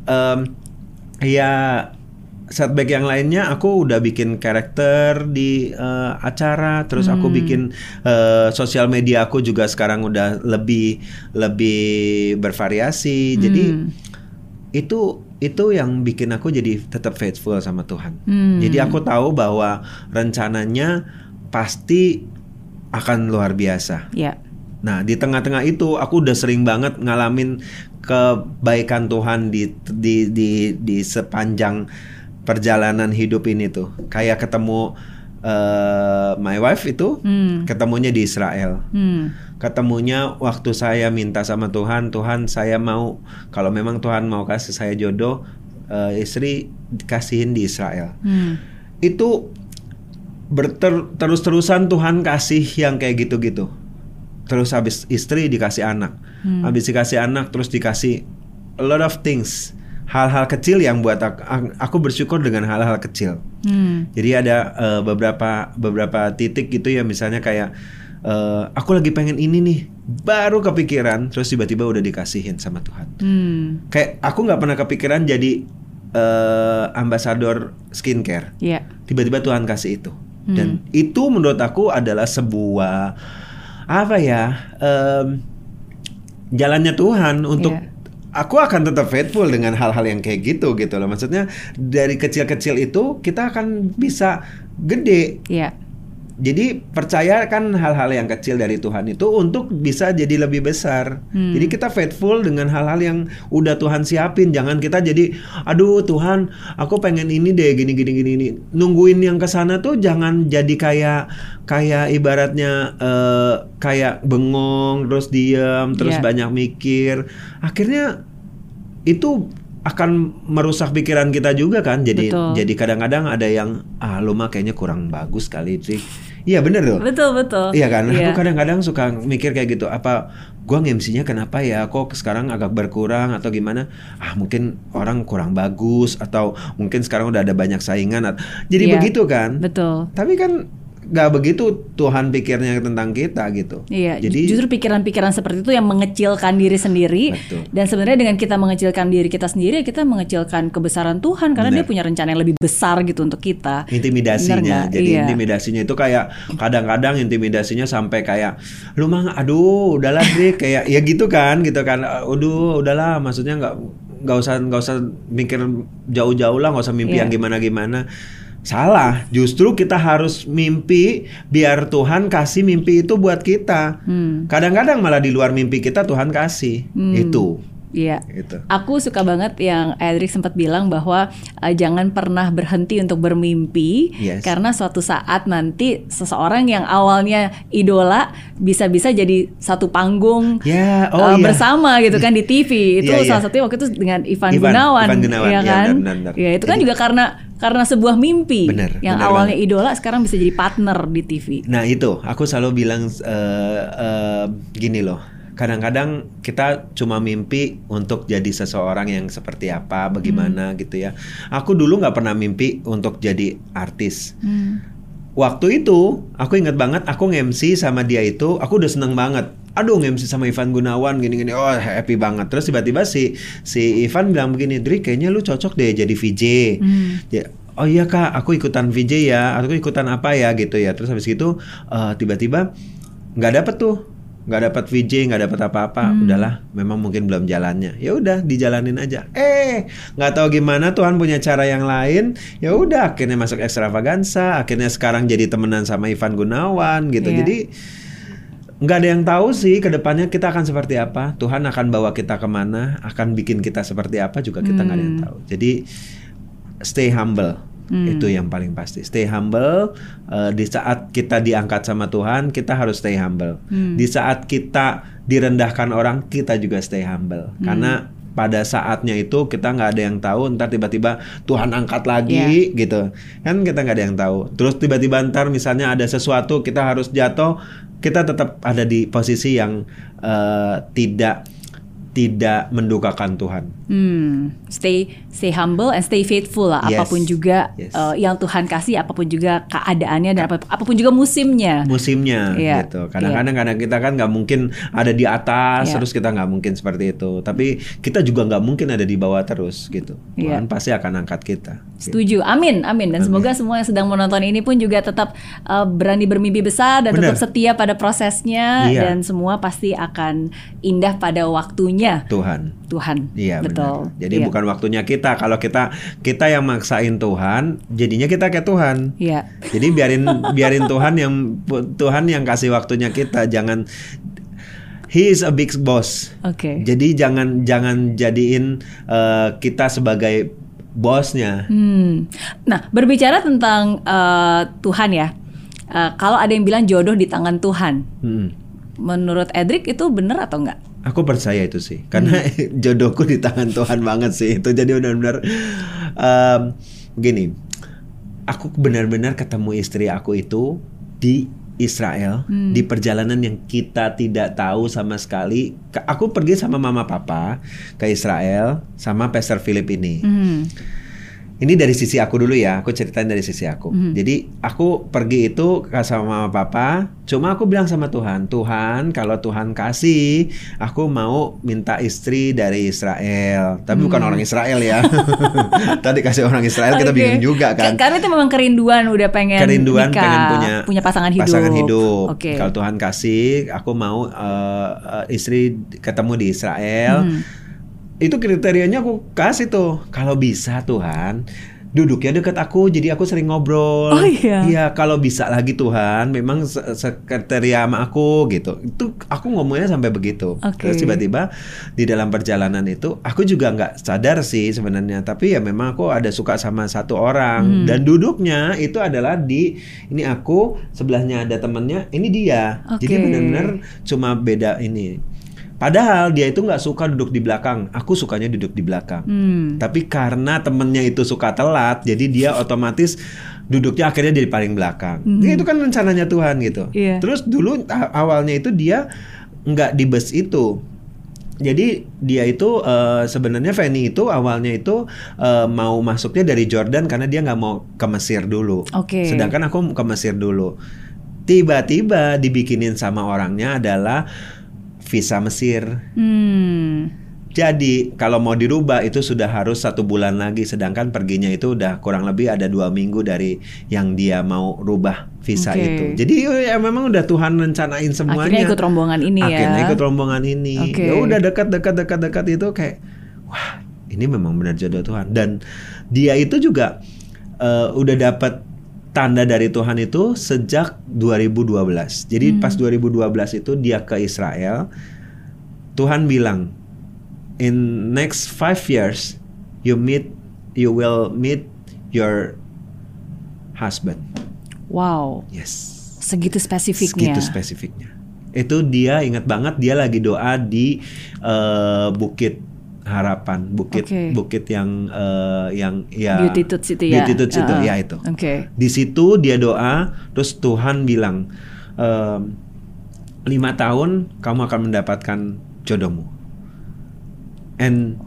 [SPEAKER 1] ya setback yang lainnya, aku udah bikin karakter di acara, terus aku bikin sosial media aku juga sekarang udah lebih bervariasi. Jadi itu yang bikin aku jadi tetap faithful sama Tuhan. Jadi aku tahu bahwa rencananya pasti akan luar biasa. Nah, di tengah-tengah itu aku udah sering banget ngalamin kebaikan Tuhan di sepanjang perjalanan hidup ini tuh. Kayak ketemu my wife itu ketemunya di Israel. Ketemunya waktu saya minta sama Tuhan saya mau, kalau memang Tuhan mau kasih saya jodoh istri, dikasihin di Israel. Itu terus-terusan Tuhan kasih yang kayak gitu-gitu. Terus habis istri dikasih anak. Habis dikasih anak terus dikasih a lot of things. Hal-hal kecil yang buat aku bersyukur dengan hal-hal kecil. Jadi ada beberapa titik gitu ya, misalnya kayak aku lagi pengen ini nih, baru kepikiran, terus tiba-tiba udah dikasihin sama Tuhan. Kayak aku nggak pernah kepikiran jadi ambasador skincare. Tiba-tiba Tuhan kasih itu. Dan itu menurut aku adalah sebuah jalannya Tuhan untuk aku akan tetap faithful dengan hal-hal yang kayak gitu loh. Maksudnya dari kecil-kecil itu kita akan bisa gede. Jadi percayakan hal-hal yang kecil dari Tuhan itu untuk bisa jadi lebih besar. Jadi kita faithful dengan hal-hal yang udah Tuhan siapin. Jangan kita jadi, aduh Tuhan, aku pengen ini deh, gini. Nungguin yang kesana tuh jangan jadi kayak ibaratnya kayak bengong, terus diam, terus banyak mikir. Akhirnya itu akan merusak pikiran kita juga kan. Jadi kadang-kadang ada yang lu mah kayaknya kurang bagus kali sih. Iya bener loh.
[SPEAKER 2] Betul.
[SPEAKER 1] Iya kan. Aku kadang-kadang suka mikir kayak gitu. Apa gua nge-MC-nya kenapa ya kok sekarang agak berkurang atau gimana? Mungkin orang kurang bagus atau mungkin sekarang udah ada banyak saingan. Jadi begitu kan?
[SPEAKER 2] Betul.
[SPEAKER 1] Tapi kan gak begitu Tuhan pikirnya tentang kita gitu.
[SPEAKER 2] Iya, jadi justru pikiran-pikiran seperti itu yang mengecilkan diri sendiri.
[SPEAKER 1] Betul.
[SPEAKER 2] Dan sebenarnya dengan kita mengecilkan diri kita sendiri, kita mengecilkan kebesaran Tuhan karena Dia punya rencana yang lebih besar gitu untuk kita.
[SPEAKER 1] Intimidasinya, jadi intimidasinya itu kayak kadang-kadang intimidasinya sampai kayak lu mah aduh udahlah deh kayak ya gitu kan. Aduh udahlah, maksudnya nggak usah mikir jauh-jauh lah, nggak usah mimpi yang gimana-gimana. Salah, justru kita harus mimpi biar Tuhan kasih mimpi itu buat kita. Kadang-kadang malah di luar mimpi kita Tuhan kasih itu.
[SPEAKER 2] Iya, gitu. Aku suka banget yang Edric sempat bilang bahwa jangan pernah berhenti untuk bermimpi, karena suatu saat nanti seseorang yang awalnya idola bisa-bisa jadi satu panggung bersama gitu kan di TV. Itu salah satunya waktu itu dengan Ivan Gunawan, ya kan? Benar. Ya itu kan juga karena sebuah mimpi yang awalnya idola sekarang bisa jadi partner di TV.
[SPEAKER 1] Nah itu, aku selalu bilang gini loh. Kadang-kadang kita cuma mimpi untuk jadi seseorang yang seperti apa, bagaimana gitu ya. Aku dulu nggak pernah mimpi untuk jadi artis. Waktu itu, aku ingat banget aku nge-MC sama dia itu, aku udah seneng banget. Aduh nge-MC sama Ivan Gunawan gini-gini, happy banget. Terus tiba-tiba si Ivan bilang begini, Dri kayaknya lu cocok deh jadi VJ. Oh iya kak, aku ikutan VJ ya, aku ikutan apa ya gitu ya. Terus habis gitu tiba-tiba nggak dapat VJ, nggak dapat apa-apa. Udahlah, memang mungkin belum jalannya. Ya udah, dijalanin aja. Nggak tahu gimana Tuhan punya cara yang lain. Ya udah, akhirnya masuk Extravaganza. Akhirnya sekarang jadi temenan sama Ivan Gunawan gitu. Jadi nggak ada yang tahu sih kedepannya kita akan seperti apa. Tuhan akan bawa kita kemana, akan bikin kita seperti apa juga kita nggak ada yang tahu. Jadi stay humble. Itu yang paling pasti. Stay humble. Di saat kita diangkat sama Tuhan, kita harus stay humble. Di saat kita direndahkan orang, kita juga stay humble. Karena pada saatnya itu kita nggak ada yang tahu. Ntar tiba-tiba Tuhan angkat lagi gitu. Kan kita nggak ada yang tahu. Terus tiba-tiba ntar misalnya ada sesuatu kita harus jatuh, kita tetap ada di posisi yang tidak mendukakan Tuhan.
[SPEAKER 2] Stay humble and stay faithful lah. Apapun juga yang Tuhan kasih, apapun juga keadaannya dan apapun juga musimnya gitu. Kadang-kadang karena kita kan nggak mungkin ada di atas terus kita nggak mungkin seperti itu. Tapi kita juga nggak mungkin ada di bawah terus gitu. Tuhan pasti akan angkat kita. Setuju. Amin. Dan semoga semua yang sedang menonton ini pun juga tetap berani bermimpi besar dan tetap setia pada prosesnya dan semua pasti akan indah pada waktunya.
[SPEAKER 1] Tuhan. Iya,
[SPEAKER 2] betul.
[SPEAKER 1] Benar. Jadi bukan waktunya kita. Kalau kita yang maksain Tuhan, jadinya kita kayak Tuhan.
[SPEAKER 2] Iya.
[SPEAKER 1] Jadi biarin Tuhan yang kasih waktunya kita. Jangan, He is a big boss. Jadi jangan jadiin kita sebagai bosnya.
[SPEAKER 2] Nah, berbicara tentang Tuhan ya. Kalau ada yang bilang jodoh di tangan Tuhan. Menurut Edric itu benar atau enggak?
[SPEAKER 1] Aku percaya itu sih, karena jodohku di tangan Tuhan banget sih. Itu jadi benar-benar gini, aku benar-benar ketemu istri aku itu di Israel, di perjalanan yang kita tidak tahu sama sekali. Aku pergi sama mama papa ke Israel sama Pastor Philip ini. Ini dari sisi aku dulu ya, aku ceritain dari sisi aku. Jadi aku pergi itu sama mama papa, cuma aku bilang sama Tuhan, kalau Tuhan kasih, aku mau minta istri dari Israel. Tapi bukan orang Israel ya. Tadi kasih orang Israel kita bingung juga kan.
[SPEAKER 2] Karena itu memang kerinduan, udah pengen nikah, pengen punya pasangan hidup.
[SPEAKER 1] Kalau Tuhan kasih, aku mau istri ketemu di Israel. Itu kriterianya aku kasih tuh. Kalau bisa Tuhan, duduknya dekat aku, jadi aku sering ngobrol. Iya, kalau bisa lagi Tuhan, memang sekriteria sama aku gitu. Itu aku ngomongnya sampai begitu. Terus tiba-tiba di dalam perjalanan itu, aku juga nggak sadar sih sebenarnya. Tapi ya memang aku ada suka sama satu orang. Dan duduknya itu adalah ini aku, sebelahnya ada temennya, ini dia. Jadi benar-benar cuma beda ini. Padahal dia itu nggak suka duduk di belakang. Aku sukanya duduk di belakang. Tapi karena temennya itu suka telat, jadi dia otomatis duduknya akhirnya di paling belakang. Itu kan rencananya Tuhan gitu. Terus dulu awalnya itu dia nggak di bus itu. Jadi dia itu sebenarnya Fanny itu awalnya itu mau masuknya dari Jordan karena dia nggak mau ke Mesir dulu. Sedangkan aku ke Mesir dulu. Tiba-tiba dibikinin sama orangnya adalah visa Mesir. Jadi kalau mau dirubah itu sudah harus 1 bulan lagi, sedangkan perginya itu udah kurang lebih ada 2 minggu dari yang dia mau rubah visa itu. Jadi ya memang udah Tuhan rencanain semuanya.
[SPEAKER 2] Akhirnya ikut rombongan ini ya.
[SPEAKER 1] Akhirnya ikut rombongan ini. Ya udah dekat itu kayak wah ini memang benar jodoh Tuhan. Dan dia itu juga udah dapat tanda dari Tuhan itu sejak 2012. Jadi pas 2012 itu dia ke Israel, Tuhan bilang, in next 5 years you will meet your husband.
[SPEAKER 2] Wow.
[SPEAKER 1] Yes.
[SPEAKER 2] Segitu spesifiknya.
[SPEAKER 1] Itu dia ingat banget, dia lagi doa di Bukit Harapan, bukit yang ya
[SPEAKER 2] Beatitudes itu ya.
[SPEAKER 1] Beatitudes itu ya itu. Di situ dia doa, terus Tuhan bilang 5 tahun kamu akan mendapatkan jodohmu. And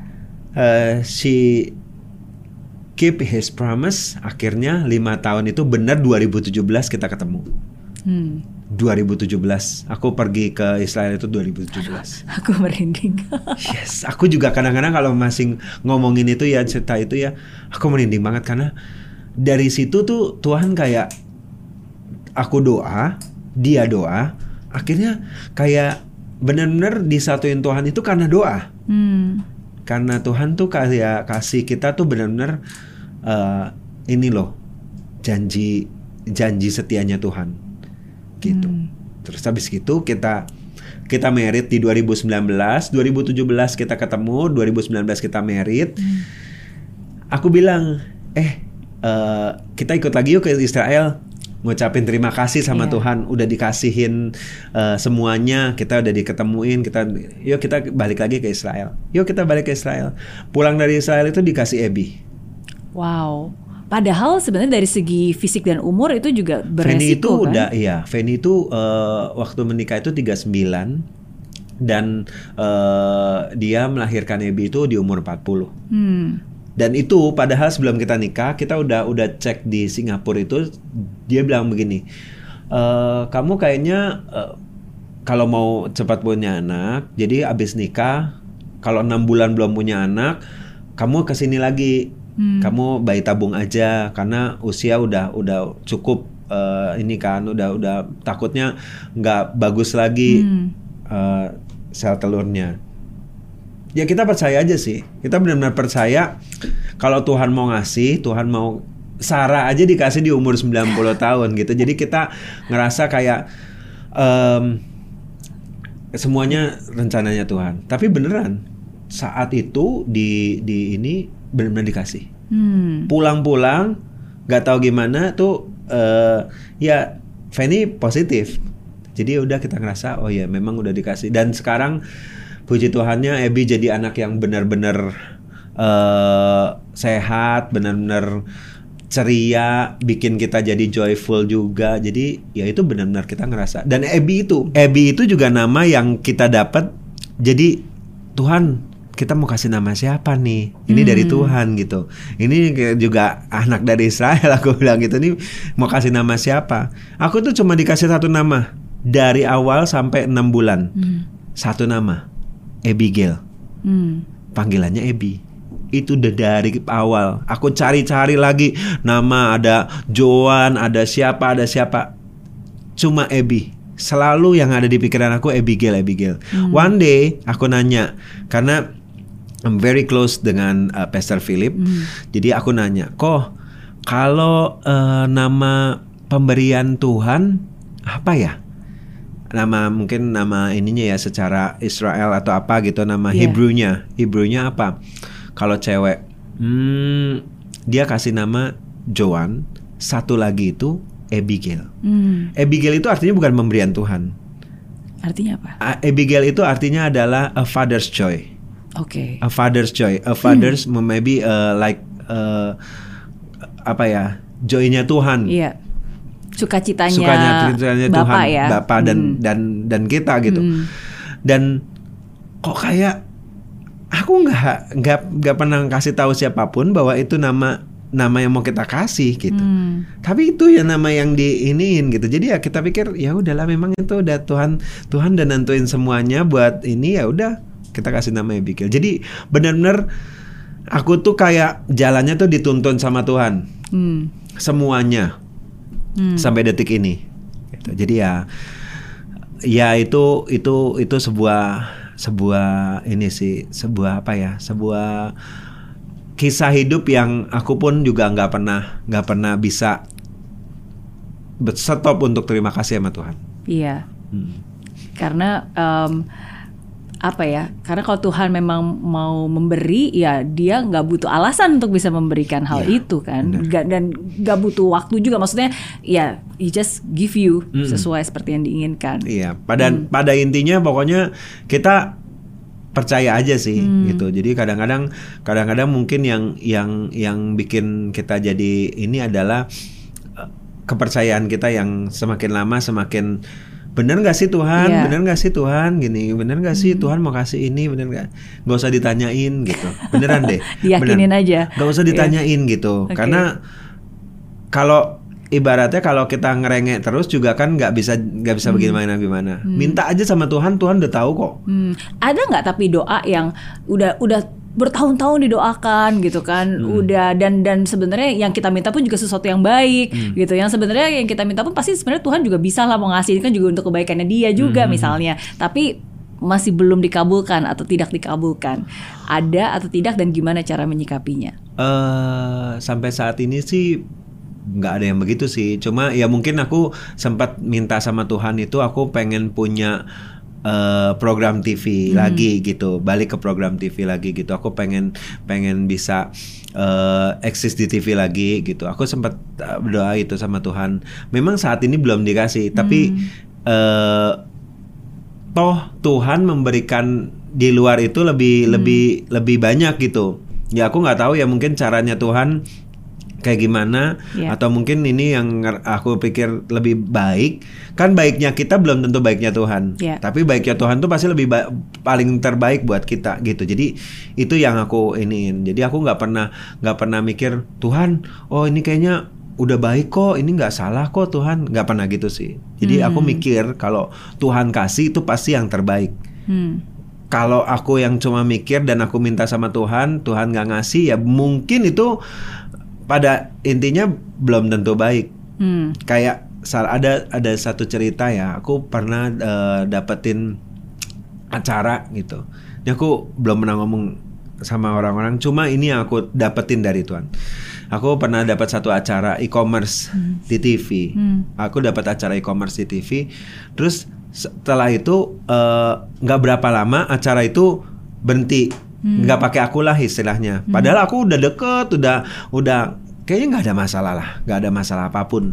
[SPEAKER 1] she keep his promise. Akhirnya 5 tahun itu benar 2017 kita ketemu. 2017 aku pergi ke Israel itu 2017.
[SPEAKER 2] Aku merinding.
[SPEAKER 1] Yes, aku juga kadang-kadang kalau masih ngomongin itu ya, cerita itu ya, aku merinding banget karena dari situ tuh Tuhan kayak aku doa, dia doa, akhirnya kayak benar-benar disatuin Tuhan itu karena doa. Karena Tuhan tuh kayak kasih kita tuh benar-benar ini loh janji setianya Tuhan gitu. Terus habis gitu kita married di 2019, 2017 kita ketemu, 2019 kita married. Aku bilang kita ikut lagi yuk ke Israel, ngucapin terima kasih sama Tuhan udah dikasihin semuanya, kita udah diketemuin, yuk kita balik lagi ke Israel. Pulang dari Israel itu dikasih Abby.
[SPEAKER 2] Wow. Padahal sebenarnya dari segi fisik dan umur itu juga beresiko.
[SPEAKER 1] Fanny itu
[SPEAKER 2] kan?
[SPEAKER 1] udah Fanny itu waktu menikah itu 39 dan dia melahirkan Abby itu di umur 40. Dan itu padahal sebelum kita nikah kita udah cek di Singapura itu, dia bilang begini, kamu kayaknya kalau mau cepat punya anak, jadi abis nikah kalau 6 bulan belum punya anak, kamu kesini lagi, kamu bayi tabung aja karena usia udah cukup ini kan udah takutnya nggak bagus lagi sel telurnya. Ya kita percaya aja sih. Kita benar-benar percaya kalau Tuhan mau ngasih, Tuhan mau Sarah aja dikasih di umur 90 tahun gitu. Jadi kita ngerasa kayak semuanya rencananya Tuhan. Tapi beneran saat itu di ini benar-benar dikasih. Pulang-pulang nggak tahu gimana tuh ya Fanny positif. Jadi udah kita ngerasa oh ya memang udah dikasih. Dan sekarang puji Tuhannya Abby jadi anak yang benar-benar sehat, benar-benar ceria, bikin kita jadi joyful juga. Jadi ya itu benar-benar kita ngerasa. Dan Abby itu juga nama yang kita dapat. Jadi Tuhan, kita mau kasih nama siapa nih? Ini dari Tuhan gitu. Ini juga anak dari Israel, aku bilang gitu. Nih mau kasih nama siapa? Aku tuh cuma dikasih 1 nama dari awal sampai 6 bulan. 1 nama. Abigail, panggilannya Abby. Itu udah dari awal. Aku cari-cari lagi nama, ada Joan, ada siapa. Cuma Abby. Selalu yang ada di pikiran aku Abigail. One day aku nanya, karena I'm very close dengan Pastor Philip. Jadi aku nanya, kok kalau nama pemberian Tuhan apa ya? Mungkin nama ininya ya secara Israel atau apa gitu, nama Hebrew-nya apa? Kalau cewek, dia kasih nama Joan, 1 lagi itu Abigail. Abigail itu artinya bukan pemberian Tuhan.
[SPEAKER 2] Artinya apa?
[SPEAKER 1] Abigail itu artinya adalah a father's joy.
[SPEAKER 2] Oke.
[SPEAKER 1] A father's joy, a father's maybe like apa ya? Joy-nya Tuhan.
[SPEAKER 2] Iya. sukacitanya Bapak
[SPEAKER 1] Tuhan,
[SPEAKER 2] ya.
[SPEAKER 1] Bapa dan kita gitu. Dan kok kayak aku nggak pernah kasih tahu siapapun bahwa itu nama yang mau kita kasih gitu. Tapi itu ya nama yang diiniin gitu. Jadi ya kita pikir ya udahlah, memang itu udah Tuhan udah nentuin semuanya buat ini, ya udah kita kasih nama Abigail. Jadi benar-benar aku tuh kayak jalannya tuh dituntun sama Tuhan. Semuanya. Sampai detik ini. Gitu. Jadi ya itu sebuah ini sih, sebuah apa ya? Sebuah kisah hidup yang aku pun juga nggak pernah bisa stop untuk terima kasih sama Tuhan.
[SPEAKER 2] Iya. Karena apa ya? Karena kalau Tuhan memang mau memberi, ya Dia nggak butuh alasan untuk bisa memberikan hal itu kan. Dan nggak butuh waktu juga. Maksudnya ya He just give you sesuai seperti yang diinginkan.
[SPEAKER 1] Iya. Pada intinya pokoknya kita percaya aja sih gitu. Jadi kadang-kadang mungkin yang bikin kita jadi ini adalah kepercayaan kita yang semakin lama semakin bener nggak sih Tuhan, bener nggak sih Tuhan gini, bener nggak sih Tuhan mau kasih ini, bener nggak usah ditanyain gitu, beneran deh,
[SPEAKER 2] diyakinin aja,
[SPEAKER 1] nggak usah ditanyain gitu, karena kalau ibaratnya kalau kita ngerengek terus juga kan nggak bisa bagaimana, minta aja sama Tuhan udah tahu kok.
[SPEAKER 2] Ada nggak tapi doa yang udah bertahun-tahun didoakan gitu kan, udah dan sebenarnya yang kita minta pun juga sesuatu yang baik gitu, yang sebenarnya yang kita minta pun pasti sebenarnya Tuhan juga bisa lah mau ngasih, kan juga untuk kebaikannya Dia juga misalnya, tapi masih belum dikabulkan atau tidak dikabulkan, ada atau tidak, dan gimana cara menyikapinya?
[SPEAKER 1] Sampai saat ini sih nggak ada yang begitu sih, cuma ya mungkin aku sempat minta sama Tuhan itu aku pengen punya program TV lagi gitu, balik ke program TV lagi gitu. Aku pengen bisa eksis di TV lagi gitu. Aku sempat berdoa itu sama Tuhan. Memang saat ini belum dikasih, tapi toh Tuhan memberikan di luar itu lebih banyak gitu. Ya aku nggak tahu ya, mungkin caranya Tuhan kayak gimana, atau mungkin ini yang aku pikir lebih baik. Kan baiknya kita belum tentu baiknya Tuhan, tapi baiknya Tuhan tuh pasti lebih paling terbaik buat kita gitu. Jadi itu yang aku iniin. Jadi aku nggak pernah mikir Tuhan, oh ini kayaknya udah baik kok, ini nggak salah kok Tuhan, nggak pernah gitu sih. Jadi aku mikir kalau Tuhan kasih itu pasti yang terbaik. Kalau aku yang cuma mikir dan aku minta sama Tuhan nggak ngasih, ya mungkin itu pada intinya belum tentu baik. Kayak ada satu cerita ya, aku pernah dapetin acara gitu. Ini aku belum pernah ngomong sama orang-orang, cuma ini yang aku dapetin dari Tuhan. Aku pernah dapat satu acara e-commerce di TV. Aku dapat acara e-commerce di TV. Terus setelah itu nggak berapa lama acara itu berhenti. Nggak pakai aku lah istilahnya. Padahal aku udah deket, udah kayaknya nggak ada masalah lah, nggak ada masalah apapun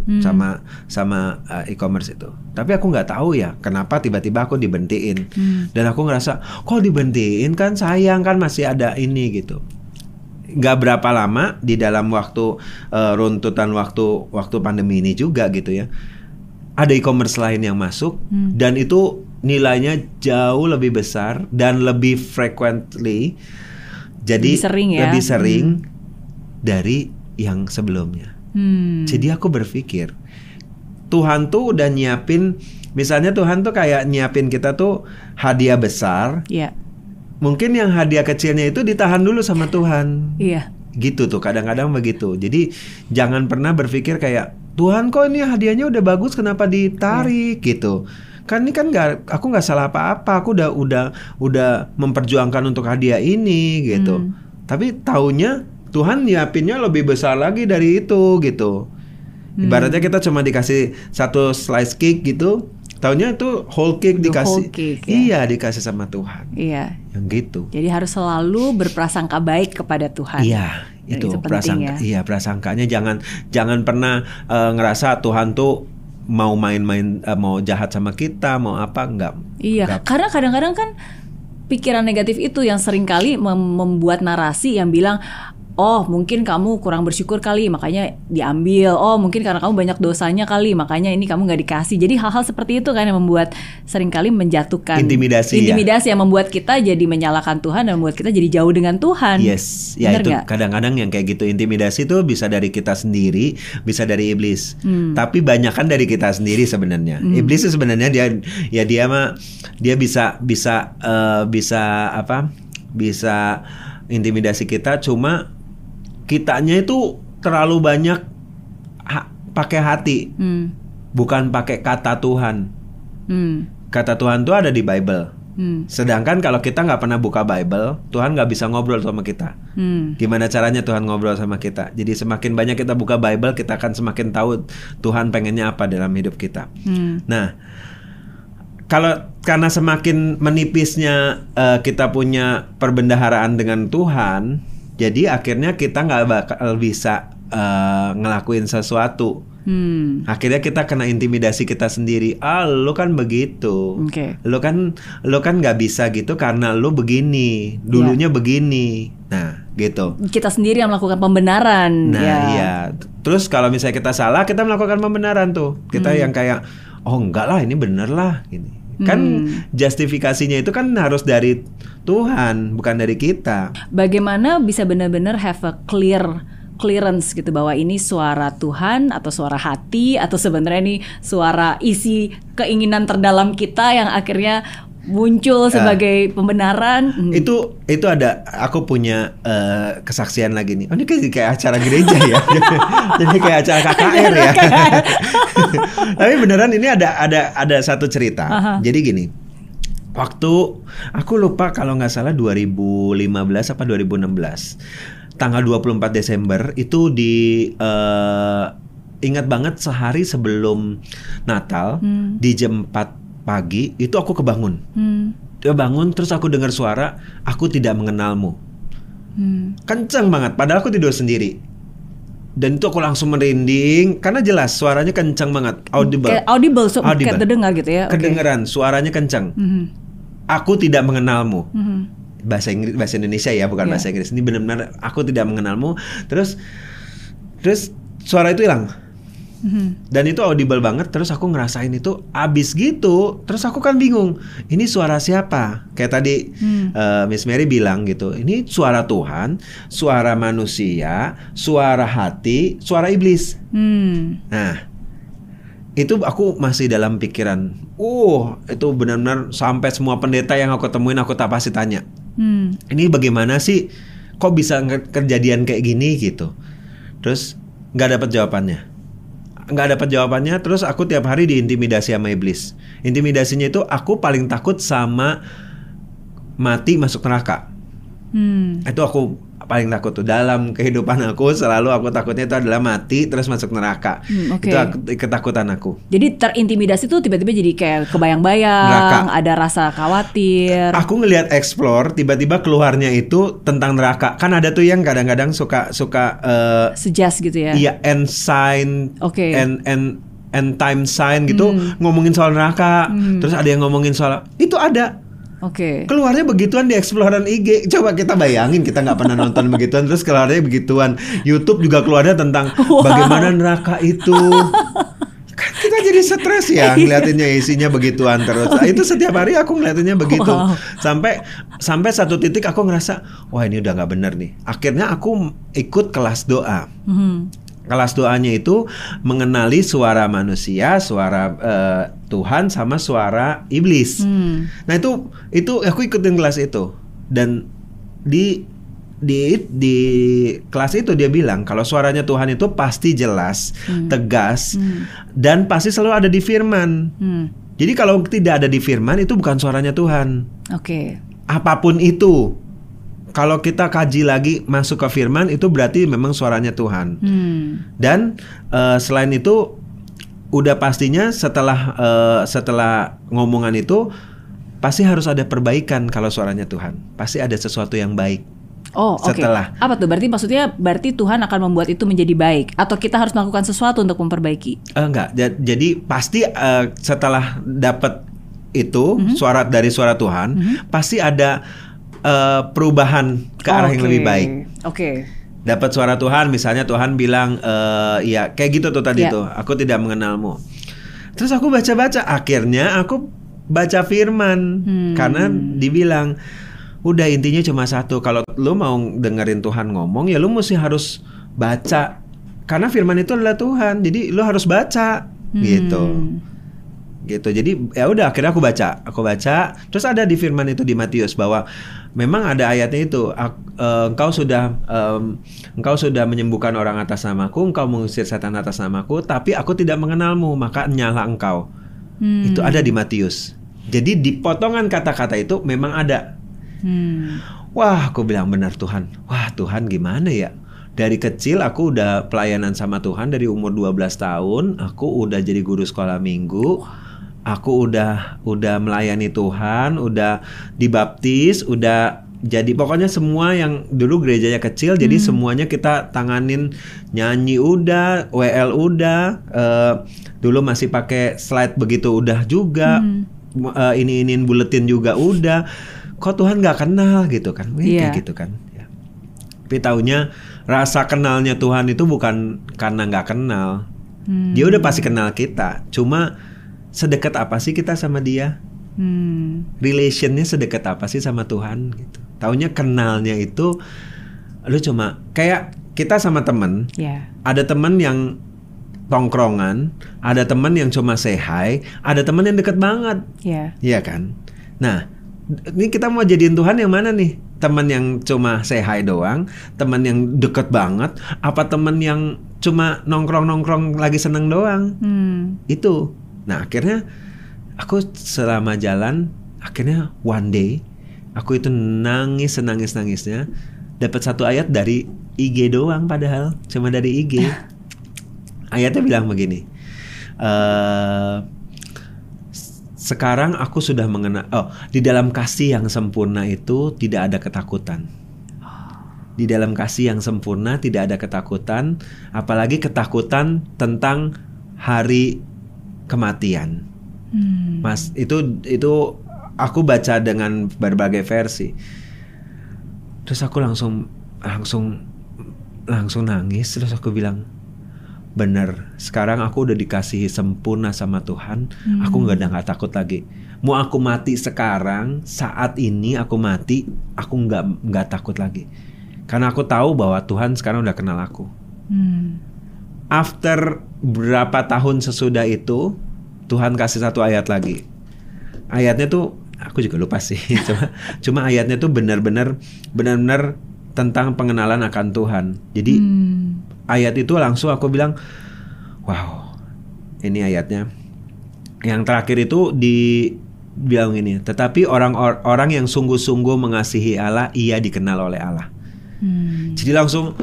[SPEAKER 1] sama e-commerce itu. Tapi aku nggak tahu ya kenapa tiba-tiba aku dibentiin. Dan aku ngerasa kok dibentiin, kan sayang, kan masih ada ini gitu. Nggak berapa lama di dalam waktu runtutan waktu pandemi ini juga gitu ya, ada e-commerce lain yang masuk dan itu nilainya jauh lebih besar dan lebih frequently, jadi lebih sering dari yang sebelumnya. Jadi aku berpikir Tuhan tuh udah nyiapin, misalnya Tuhan tuh kayak nyiapin kita tuh hadiah besar. Mungkin yang hadiah kecilnya itu ditahan dulu sama Tuhan. Gitu tuh kadang-kadang begitu. Jadi jangan pernah berpikir kayak Tuhan kok ini hadiahnya udah bagus kenapa ditarik gitu. Kan ini kan aku nggak salah apa-apa, aku udah memperjuangkan untuk hadiah ini gitu. Tapi taunya Tuhan nyiapinnya lebih besar lagi dari itu gitu. Ibaratnya kita cuma dikasih satu slice cake gitu, taunya itu whole cake dikasih. Iya, dikasih sama Tuhan. Iya. Yang gitu.
[SPEAKER 2] Jadi harus selalu berprasangka baik kepada Tuhan.
[SPEAKER 1] Iya, itu prasangka. Iya, prasangkanya jangan pernah ngerasa Tuhan tuh mau main-main, mau jahat sama kita, mau apa, enggak.
[SPEAKER 2] Iya, karena kadang-kadang kan pikiran negatif itu yang seringkali membuat narasi yang bilang oh mungkin kamu kurang bersyukur kali makanya diambil, oh mungkin karena kamu banyak dosanya kali makanya ini kamu nggak dikasih. Jadi hal-hal seperti itu kan yang membuat seringkali menjatuhkan, intimidasi yang membuat kita jadi menyalahkan Tuhan dan membuat kita jadi jauh dengan Tuhan.
[SPEAKER 1] Yes, ya itu kadang-kadang yang kayak gitu, intimidasi itu bisa dari kita sendiri, bisa dari iblis. Tapi banyak kan dari kita sendiri sebenarnya. Iblis itu sebenarnya dia bisa intimidasi kita, cuma kitanya itu terlalu banyak pakai hati, bukan pakai kata Tuhan. Kata Tuhan itu ada di Bible. Sedangkan kalau kita nggak pernah buka Bible, Tuhan nggak bisa ngobrol sama kita. Gimana caranya Tuhan ngobrol sama kita? Jadi semakin banyak kita buka Bible, kita akan semakin tahu Tuhan pengennya apa dalam hidup kita. Nah, karena semakin menipisnya kita punya perbendaharaan dengan Tuhan, jadi akhirnya kita nggak bakal bisa ngelakuin sesuatu. Akhirnya kita kena intimidasi kita sendiri. Lu kan begitu. Lu kan nggak bisa gitu karena lu begini, dulunya begini. Nah, gitu.
[SPEAKER 2] Kita sendiri yang melakukan pembenaran.
[SPEAKER 1] Nah, iya. Terus kalau misalnya kita salah, kita melakukan pembenaran tuh. Kita yang kayak, oh enggak lah, ini bener lah, gini. Kan justifikasinya itu kan harus dari Tuhan, bukan dari kita.
[SPEAKER 2] Bagaimana bisa benar-benar have a clearance gitu bahwa ini suara Tuhan atau suara hati atau sebenarnya ini suara isi keinginan terdalam kita yang akhirnya muncul sebagai pembenaran.
[SPEAKER 1] Itu ada, aku punya kesaksian lagi nih. Oh, ini kayak acara gereja ya. Jadi kayak acara KKR ya. Tapi beneran ini ada satu cerita. Jadi gini. Waktu aku lupa kalau nggak salah 2015 apa 2016. Tanggal 24 Desember itu ingat banget sehari sebelum Natal di jam 4 pagi itu aku kebangun. Dia bangun terus aku dengar suara, aku tidak mengenalmu. Kencang banget, padahal aku tidur sendiri. Dan itu aku langsung merinding karena jelas suaranya kencang banget, audible. Kayak
[SPEAKER 2] terdengar gitu ya.
[SPEAKER 1] Kedengeran, suaranya kencang. Aku tidak mengenalmu. Bahasa Indonesia ya, bukan bahasa Inggris. Ini benar-benar aku tidak mengenalmu. Terus suara itu hilang. Dan itu audible banget. Terus aku ngerasain itu abis gitu. Terus aku kan bingung, ini suara siapa? Kayak tadi Miss Mary bilang gitu, ini suara Tuhan, suara manusia, suara hati, suara iblis. Nah, itu aku masih dalam pikiran. Itu benar-benar sampai semua pendeta yang aku temuin aku tak pasti tanya, ini bagaimana sih kok bisa kejadian kayak gini gitu. Terus nggak dapat jawabannya. Terus aku tiap hari diintimidasi sama iblis. Intimidasinya itu aku paling takut sama mati masuk neraka. Itu aku paling takut tuh dalam kehidupan aku. Selalu aku takutnya itu adalah mati terus masuk neraka. Itu ketakutan aku.
[SPEAKER 2] Jadi terintimidasi tuh tiba-tiba jadi kayak kebayang-bayang, ada rasa khawatir.
[SPEAKER 1] Aku ngelihat explore, tiba-tiba keluarnya itu tentang neraka. Kan ada tuh yang kadang-kadang suka
[SPEAKER 2] suggest gitu ya.
[SPEAKER 1] Iya, end sign, end time sign gitu, ngomongin soal neraka. Terus ada yang ngomongin soal itu ada. Keluarnya begituan di Explorean IG. Coba kita bayangin, kita nggak pernah nonton begituan, terus keluarnya begituan. YouTube juga keluarnya tentang bagaimana neraka itu. Kan kita jadi stres ya ngeliatinnya, isinya begituan terus. Itu setiap hari aku ngeliatinnya begitu. Sampai satu titik aku ngerasa, wah ini udah nggak benar nih. Akhirnya aku ikut kelas doa. Kelas doanya itu mengenali suara manusia, suara Tuhan sama suara iblis. Nah itu aku ikutin kelas itu. Dan di kelas itu dia bilang kalau suaranya Tuhan itu pasti jelas, tegas, dan pasti selalu ada di firman. Jadi kalau tidak ada di firman itu bukan suaranya Tuhan. Apapun itu, kalau kita kaji lagi masuk ke firman itu berarti memang suaranya Tuhan. Dan selain itu udah pastinya setelah ngomongan itu pasti harus ada perbaikan. Kalau suaranya Tuhan pasti ada sesuatu yang baik. Setelah
[SPEAKER 2] apa tuh? Berarti Tuhan akan membuat itu menjadi baik, atau kita harus melakukan sesuatu untuk memperbaiki?
[SPEAKER 1] Enggak. Jadi pasti setelah dapat itu dari suara Tuhan pasti ada perubahan ke arah yang lebih baik. dapat suara Tuhan, misalnya Tuhan bilang ya kayak gitu tuh tadi tuh, aku tidak mengenalmu. Terus aku baca-baca, akhirnya aku baca firman karena dibilang udah intinya cuma satu, kalau lu mau dengerin Tuhan ngomong ya lu mesti harus baca, karena firman itu adalah Tuhan, jadi lu harus baca gitu. Jadi ya udah akhirnya aku baca, terus ada di firman itu di Matius bahwa memang ada ayatnya itu, engkau sudah menyembuhkan orang atas namaku, engkau mengusir setan atas namaku, tapi aku tidak mengenalmu, maka nyala engkau. Itu ada di Matius. Jadi di potongan kata-kata itu memang ada. Wah, aku bilang benar Tuhan. Wah, Tuhan gimana ya? Dari kecil aku udah pelayanan sama Tuhan, dari umur 12 tahun aku udah jadi guru sekolah minggu. Aku udah melayani Tuhan, udah dibaptis, udah jadi pokoknya semua yang dulu gerejanya kecil, jadi semuanya kita tanganin, nyanyi udah, WL udah, dulu masih pakai slide begitu udah juga, iniin buletin juga udah. Kok Tuhan nggak kenal gitu kan? Kayak gitu kan. Ya. Tapi taunya rasa kenalnya Tuhan itu bukan karena nggak kenal, Dia udah pasti kenal kita. Cuma sedekat apa sih kita sama Dia? Relationnya sedekat apa sih sama Tuhan? Gitu. Taunya kenalnya itu, lu cuma kayak kita sama temen. Ada temen yang tongkrongan, ada temen yang cuma say hi, ada temen yang deket banget. Iya kan? Nah, ini kita mau jadiin Tuhan yang mana nih? Teman yang cuma say hi doang, teman yang deket banget, apa teman yang cuma nongkrong-nongkrong lagi seneng doang? Itu. Nah akhirnya aku selama jalan, akhirnya one day aku itu nangis-nangisnya, dapat satu ayat dari IG doang, padahal cuma dari IG. Ayatnya bilang begini. Sekarang aku sudah mengenal, di dalam kasih yang sempurna itu tidak ada ketakutan. Di dalam kasih yang sempurna tidak ada ketakutan, apalagi ketakutan tentang hari kematian. Mas, itu aku baca dengan berbagai versi. Terus aku langsung nangis, terus aku bilang, bener, sekarang aku udah dikasihi sempurna sama Tuhan. Aku nggak takut lagi. Mau aku mati sekarang, saat ini aku mati, aku nggak takut lagi. Karena aku tahu bahwa Tuhan sekarang udah kenal aku. After berapa tahun sesudah itu, Tuhan kasih satu ayat lagi. Ayatnya tuh aku juga lupa sih. Cuma ayatnya tuh benar-benar tentang pengenalan akan Tuhan. Jadi ayat itu langsung aku bilang, wow, ini ayatnya. Yang terakhir itu dibilang ini, tetapi orang yang sungguh-sungguh mengasihi Allah, ia dikenal oleh Allah. Jadi langsung,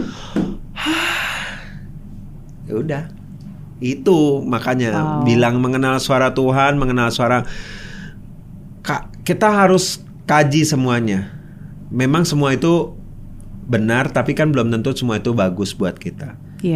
[SPEAKER 1] ya udah. Itu makanya bilang mengenal suara Tuhan, mengenal suara. Kita harus kaji semuanya. Memang semua itu benar, tapi kan belum tentu semua itu bagus buat kita.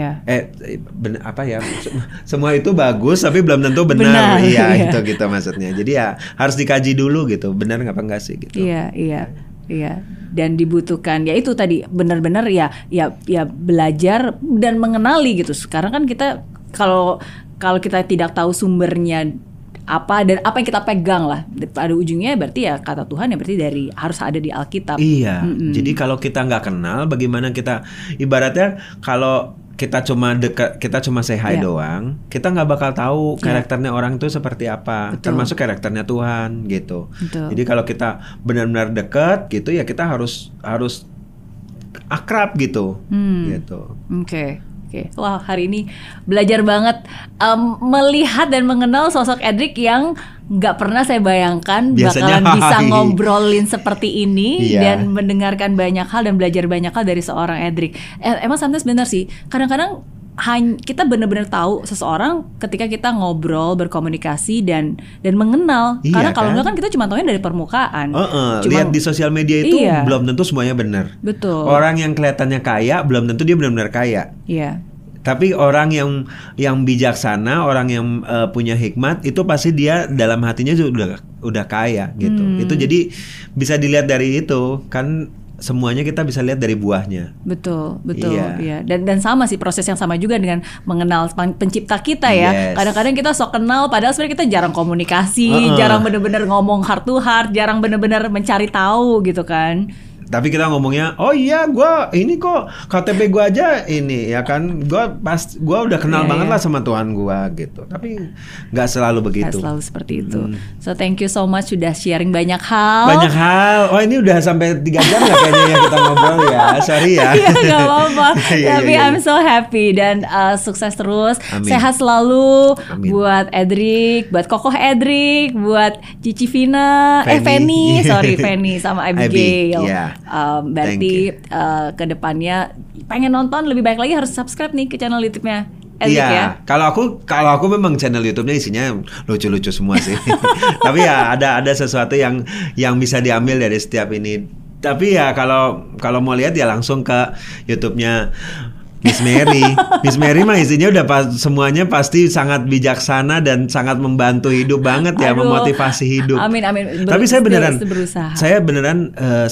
[SPEAKER 1] Semua itu bagus, tapi belum tentu benar. Iya, itu gitu maksudnya. Jadi ya harus dikaji dulu gitu, benar apa enggak sih gitu.
[SPEAKER 2] Iya. Dan dibutuhkan ya itu tadi benar-benar ya belajar dan mengenali gitu. Sekarang kan kita kalau kita tidak tahu sumbernya apa dan apa yang kita pegang lah, pada ujungnya berarti ya kata Tuhan ya berarti harus ada di Alkitab.
[SPEAKER 1] Iya. Jadi kalau kita nggak kenal, bagaimana kita, ibaratnya kalau kita cuma say hi doang, kita nggak bakal tahu karakternya orang itu seperti apa. Betul. Termasuk karakternya Tuhan gitu. Betul. Jadi kalau kita benar-benar dekat gitu ya kita harus akrab gitu. Gitu.
[SPEAKER 2] Oke. Wah, hari ini belajar banget melihat dan mengenal sosok Edric yang nggak pernah saya bayangkan bakalan bisa ngobrolin seperti ini dan mendengarkan banyak hal dan belajar banyak hal dari seorang Edric. Emang sometimes benar sih, kadang-kadang kita benar-benar tahu seseorang ketika kita ngobrol, berkomunikasi dan mengenal. Karena kalau enggak kan kita cuma tahunya dari permukaan.
[SPEAKER 1] Lihat di sosial media itu belum tentu semuanya benar.
[SPEAKER 2] Betul.
[SPEAKER 1] Orang yang kelihatannya kaya belum tentu dia benar-benar kaya.
[SPEAKER 2] Iya.
[SPEAKER 1] Tapi orang yang bijaksana, orang yang punya hikmat, itu pasti dia dalam hatinya udah kaya gitu. Itu jadi bisa dilihat dari itu kan. semuanya kita bisa lihat dari buahnya.
[SPEAKER 2] Betul. Iya. Dan sama sih, proses yang sama juga dengan mengenal pencipta kita ya. Kadang-kadang kita sok kenal padahal sebenarnya kita jarang komunikasi, jarang bener-bener ngomong heart to heart, jarang bener-bener mencari tahu gitu kan.
[SPEAKER 1] Tapi kita ngomongnya, oh iya gue ini kok KTP gue aja ini ya kan, gue udah kenal banget lah sama Tuhan gue gitu. Tapi nggak selalu begitu.
[SPEAKER 2] Nggak selalu seperti itu. So thank you so much sudah sharing banyak hal.
[SPEAKER 1] Oh ini udah sampai 3 jam lah kayaknya ya kita ngobrol ya. Sorry ya.
[SPEAKER 2] Iya nggak apa-apa. Tapi I'm so happy dan sukses terus. Amin. Sehat selalu. Amin. Buat Edric, buat Kokoh Edric, buat Cici Vina, Fanny sama Abigail. Yeah. Berarti kedepannya pengen nonton lebih baik lagi harus subscribe nih ke channel YouTube-nya Edric ya.
[SPEAKER 1] Kalau aku memang channel YouTube-nya isinya lucu-lucu semua sih. Tapi ya ada sesuatu yang bisa diambil dari setiap ini. Tapi ya kalau mau lihat ya langsung ke YouTube-nya Miss Mary. Miss Mary mah isinya udah semuanya pasti sangat bijaksana dan sangat membantu hidup banget ya. Aduh, memotivasi hidup.
[SPEAKER 2] Amin.
[SPEAKER 1] Tapi saya beneran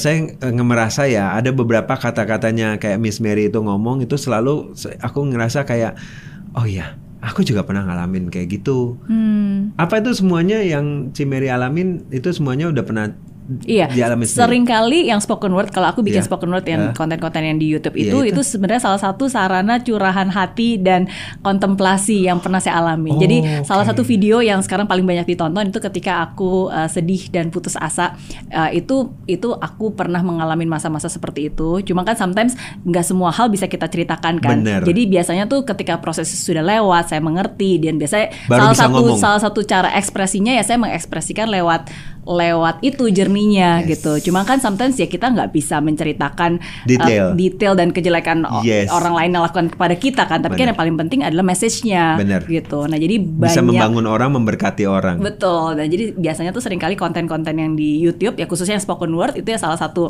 [SPEAKER 1] merasa ya ada beberapa kata-katanya kayak Miss Mary itu ngomong itu selalu aku ngerasa kayak oh ya aku juga pernah ngalamin kayak gitu. Apa itu semuanya yang si Mary alamin itu semuanya udah pernah.
[SPEAKER 2] Iya, sering kali yang spoken word, kalau aku bikin spoken word yang konten-konten yang di YouTube itu sebenarnya salah satu sarana curahan hati dan kontemplasi yang pernah saya alami. Jadi salah satu video yang sekarang paling banyak ditonton itu ketika aku sedih dan putus asa. Itu aku pernah mengalami masa-masa seperti itu. Cuma kan sometimes nggak semua hal bisa kita ceritakan kan.
[SPEAKER 1] Bener.
[SPEAKER 2] Jadi biasanya tuh ketika proses sudah lewat, saya mengerti dan biasanya salah satu cara ekspresinya ya saya mengekspresikan lewat itu jerninya gitu. Cuma kan sometimes ya kita nggak bisa menceritakan detail dan kejelekan orang lain yang lakukan kepada kita kan. Tapi kan yang paling penting adalah message-nya gitu. Nah jadi
[SPEAKER 1] bisa membangun orang, memberkati orang.
[SPEAKER 2] Betul. Dan jadi biasanya tuh seringkali konten-konten yang di YouTube ya khususnya yang spoken word itu ya salah satu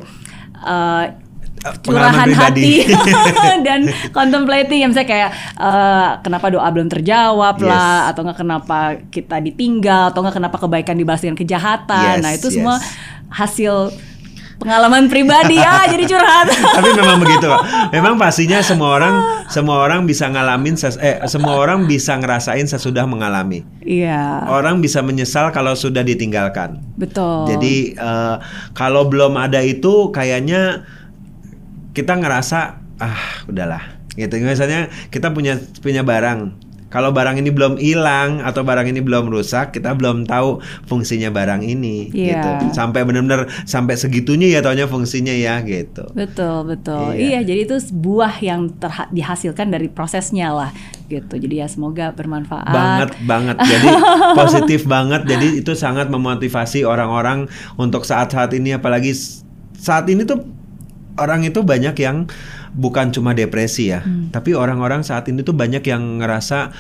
[SPEAKER 2] curahan hati dan contemplating yang misalnya kayak kenapa doa belum terjawab lah atau nggak kenapa kita ditinggal atau nggak kenapa kebaikan dibalas dengan kejahatan. Nah itu semua hasil pengalaman pribadi ya jadi curhat.
[SPEAKER 1] Tapi memang begitu Pak. Memang pastinya semua orang bisa ngalamin semua orang bisa ngerasain sesudah mengalami.
[SPEAKER 2] Iya.
[SPEAKER 1] Orang bisa menyesal kalau sudah ditinggalkan.
[SPEAKER 2] Betul.
[SPEAKER 1] Jadi kalau belum ada itu kayaknya kita ngerasa udahlah gitu. Misalnya kita punya barang, kalau barang ini belum hilang atau barang ini belum rusak, kita belum tahu fungsinya barang ini gitu. Sampai benar-benar sampai segitunya ya taunya fungsinya ya gitu.
[SPEAKER 2] Betul. Iya, jadi itu buah yang dihasilkan dari prosesnya lah gitu. Jadi ya semoga bermanfaat.
[SPEAKER 1] Banget. Jadi positif banget. Jadi itu sangat memotivasi orang-orang untuk saat-saat ini, apalagi saat ini tuh orang itu banyak yang bukan cuma depresi ya, tapi orang-orang saat ini tuh banyak yang ngerasa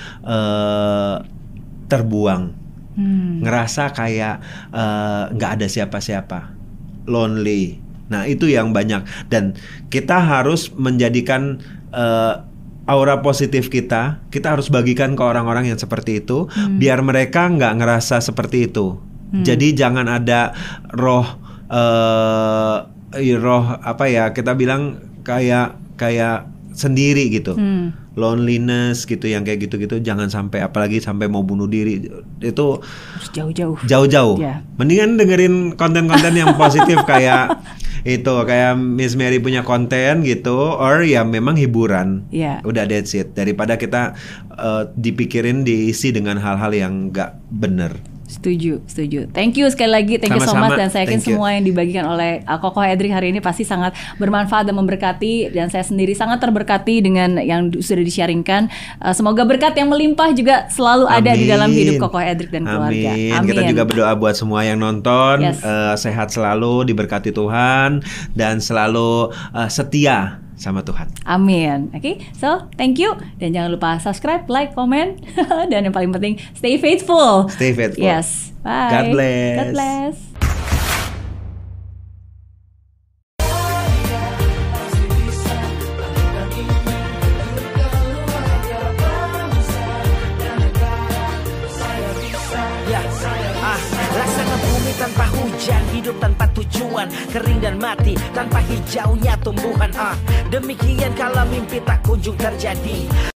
[SPEAKER 1] terbuang, ngerasa kayak nggak ada siapa-siapa, lonely. Nah itu yang banyak dan kita harus menjadikan aura positif kita harus bagikan ke orang-orang yang seperti itu, biar mereka nggak ngerasa seperti itu. Jadi jangan ada roh apa ya kita bilang kayak sendiri gitu, loneliness gitu, yang kayak gitu-gitu jangan sampai, apalagi sampai mau bunuh diri. Itu jauh-jauh. Mendingan dengerin konten-konten yang positif kayak itu, kayak Miss Mary punya konten gitu, or ya memang hiburan. Udah that's it, daripada kita dipikirin diisi dengan hal-hal yang nggak bener.
[SPEAKER 2] Setuju. Thank you sekali lagi, thank you so much. Dan saya yakin semua yang dibagikan oleh Kokoh Edric hari ini pasti sangat bermanfaat dan memberkati. Dan saya sendiri sangat terberkati dengan yang sudah di-sharingkan. Semoga berkat yang melimpah juga selalu ada di dalam hidup Kokoh Edric dan keluarga. Amin.
[SPEAKER 1] Kita juga berdoa buat semua yang nonton, sehat selalu, diberkati Tuhan, dan selalu setia sama Tuhan.
[SPEAKER 2] Amin. Oke, so thank you dan jangan lupa subscribe, like, comment dan yang paling penting stay faithful. Yes. Bye.
[SPEAKER 1] God bless.
[SPEAKER 2] God bless.
[SPEAKER 3] tanpa hujan, hidup tanpa tujuan, kering dan mati tanpa hijaunya tumbuhan. Demikian kalau mimpi tak kunjung terjadi.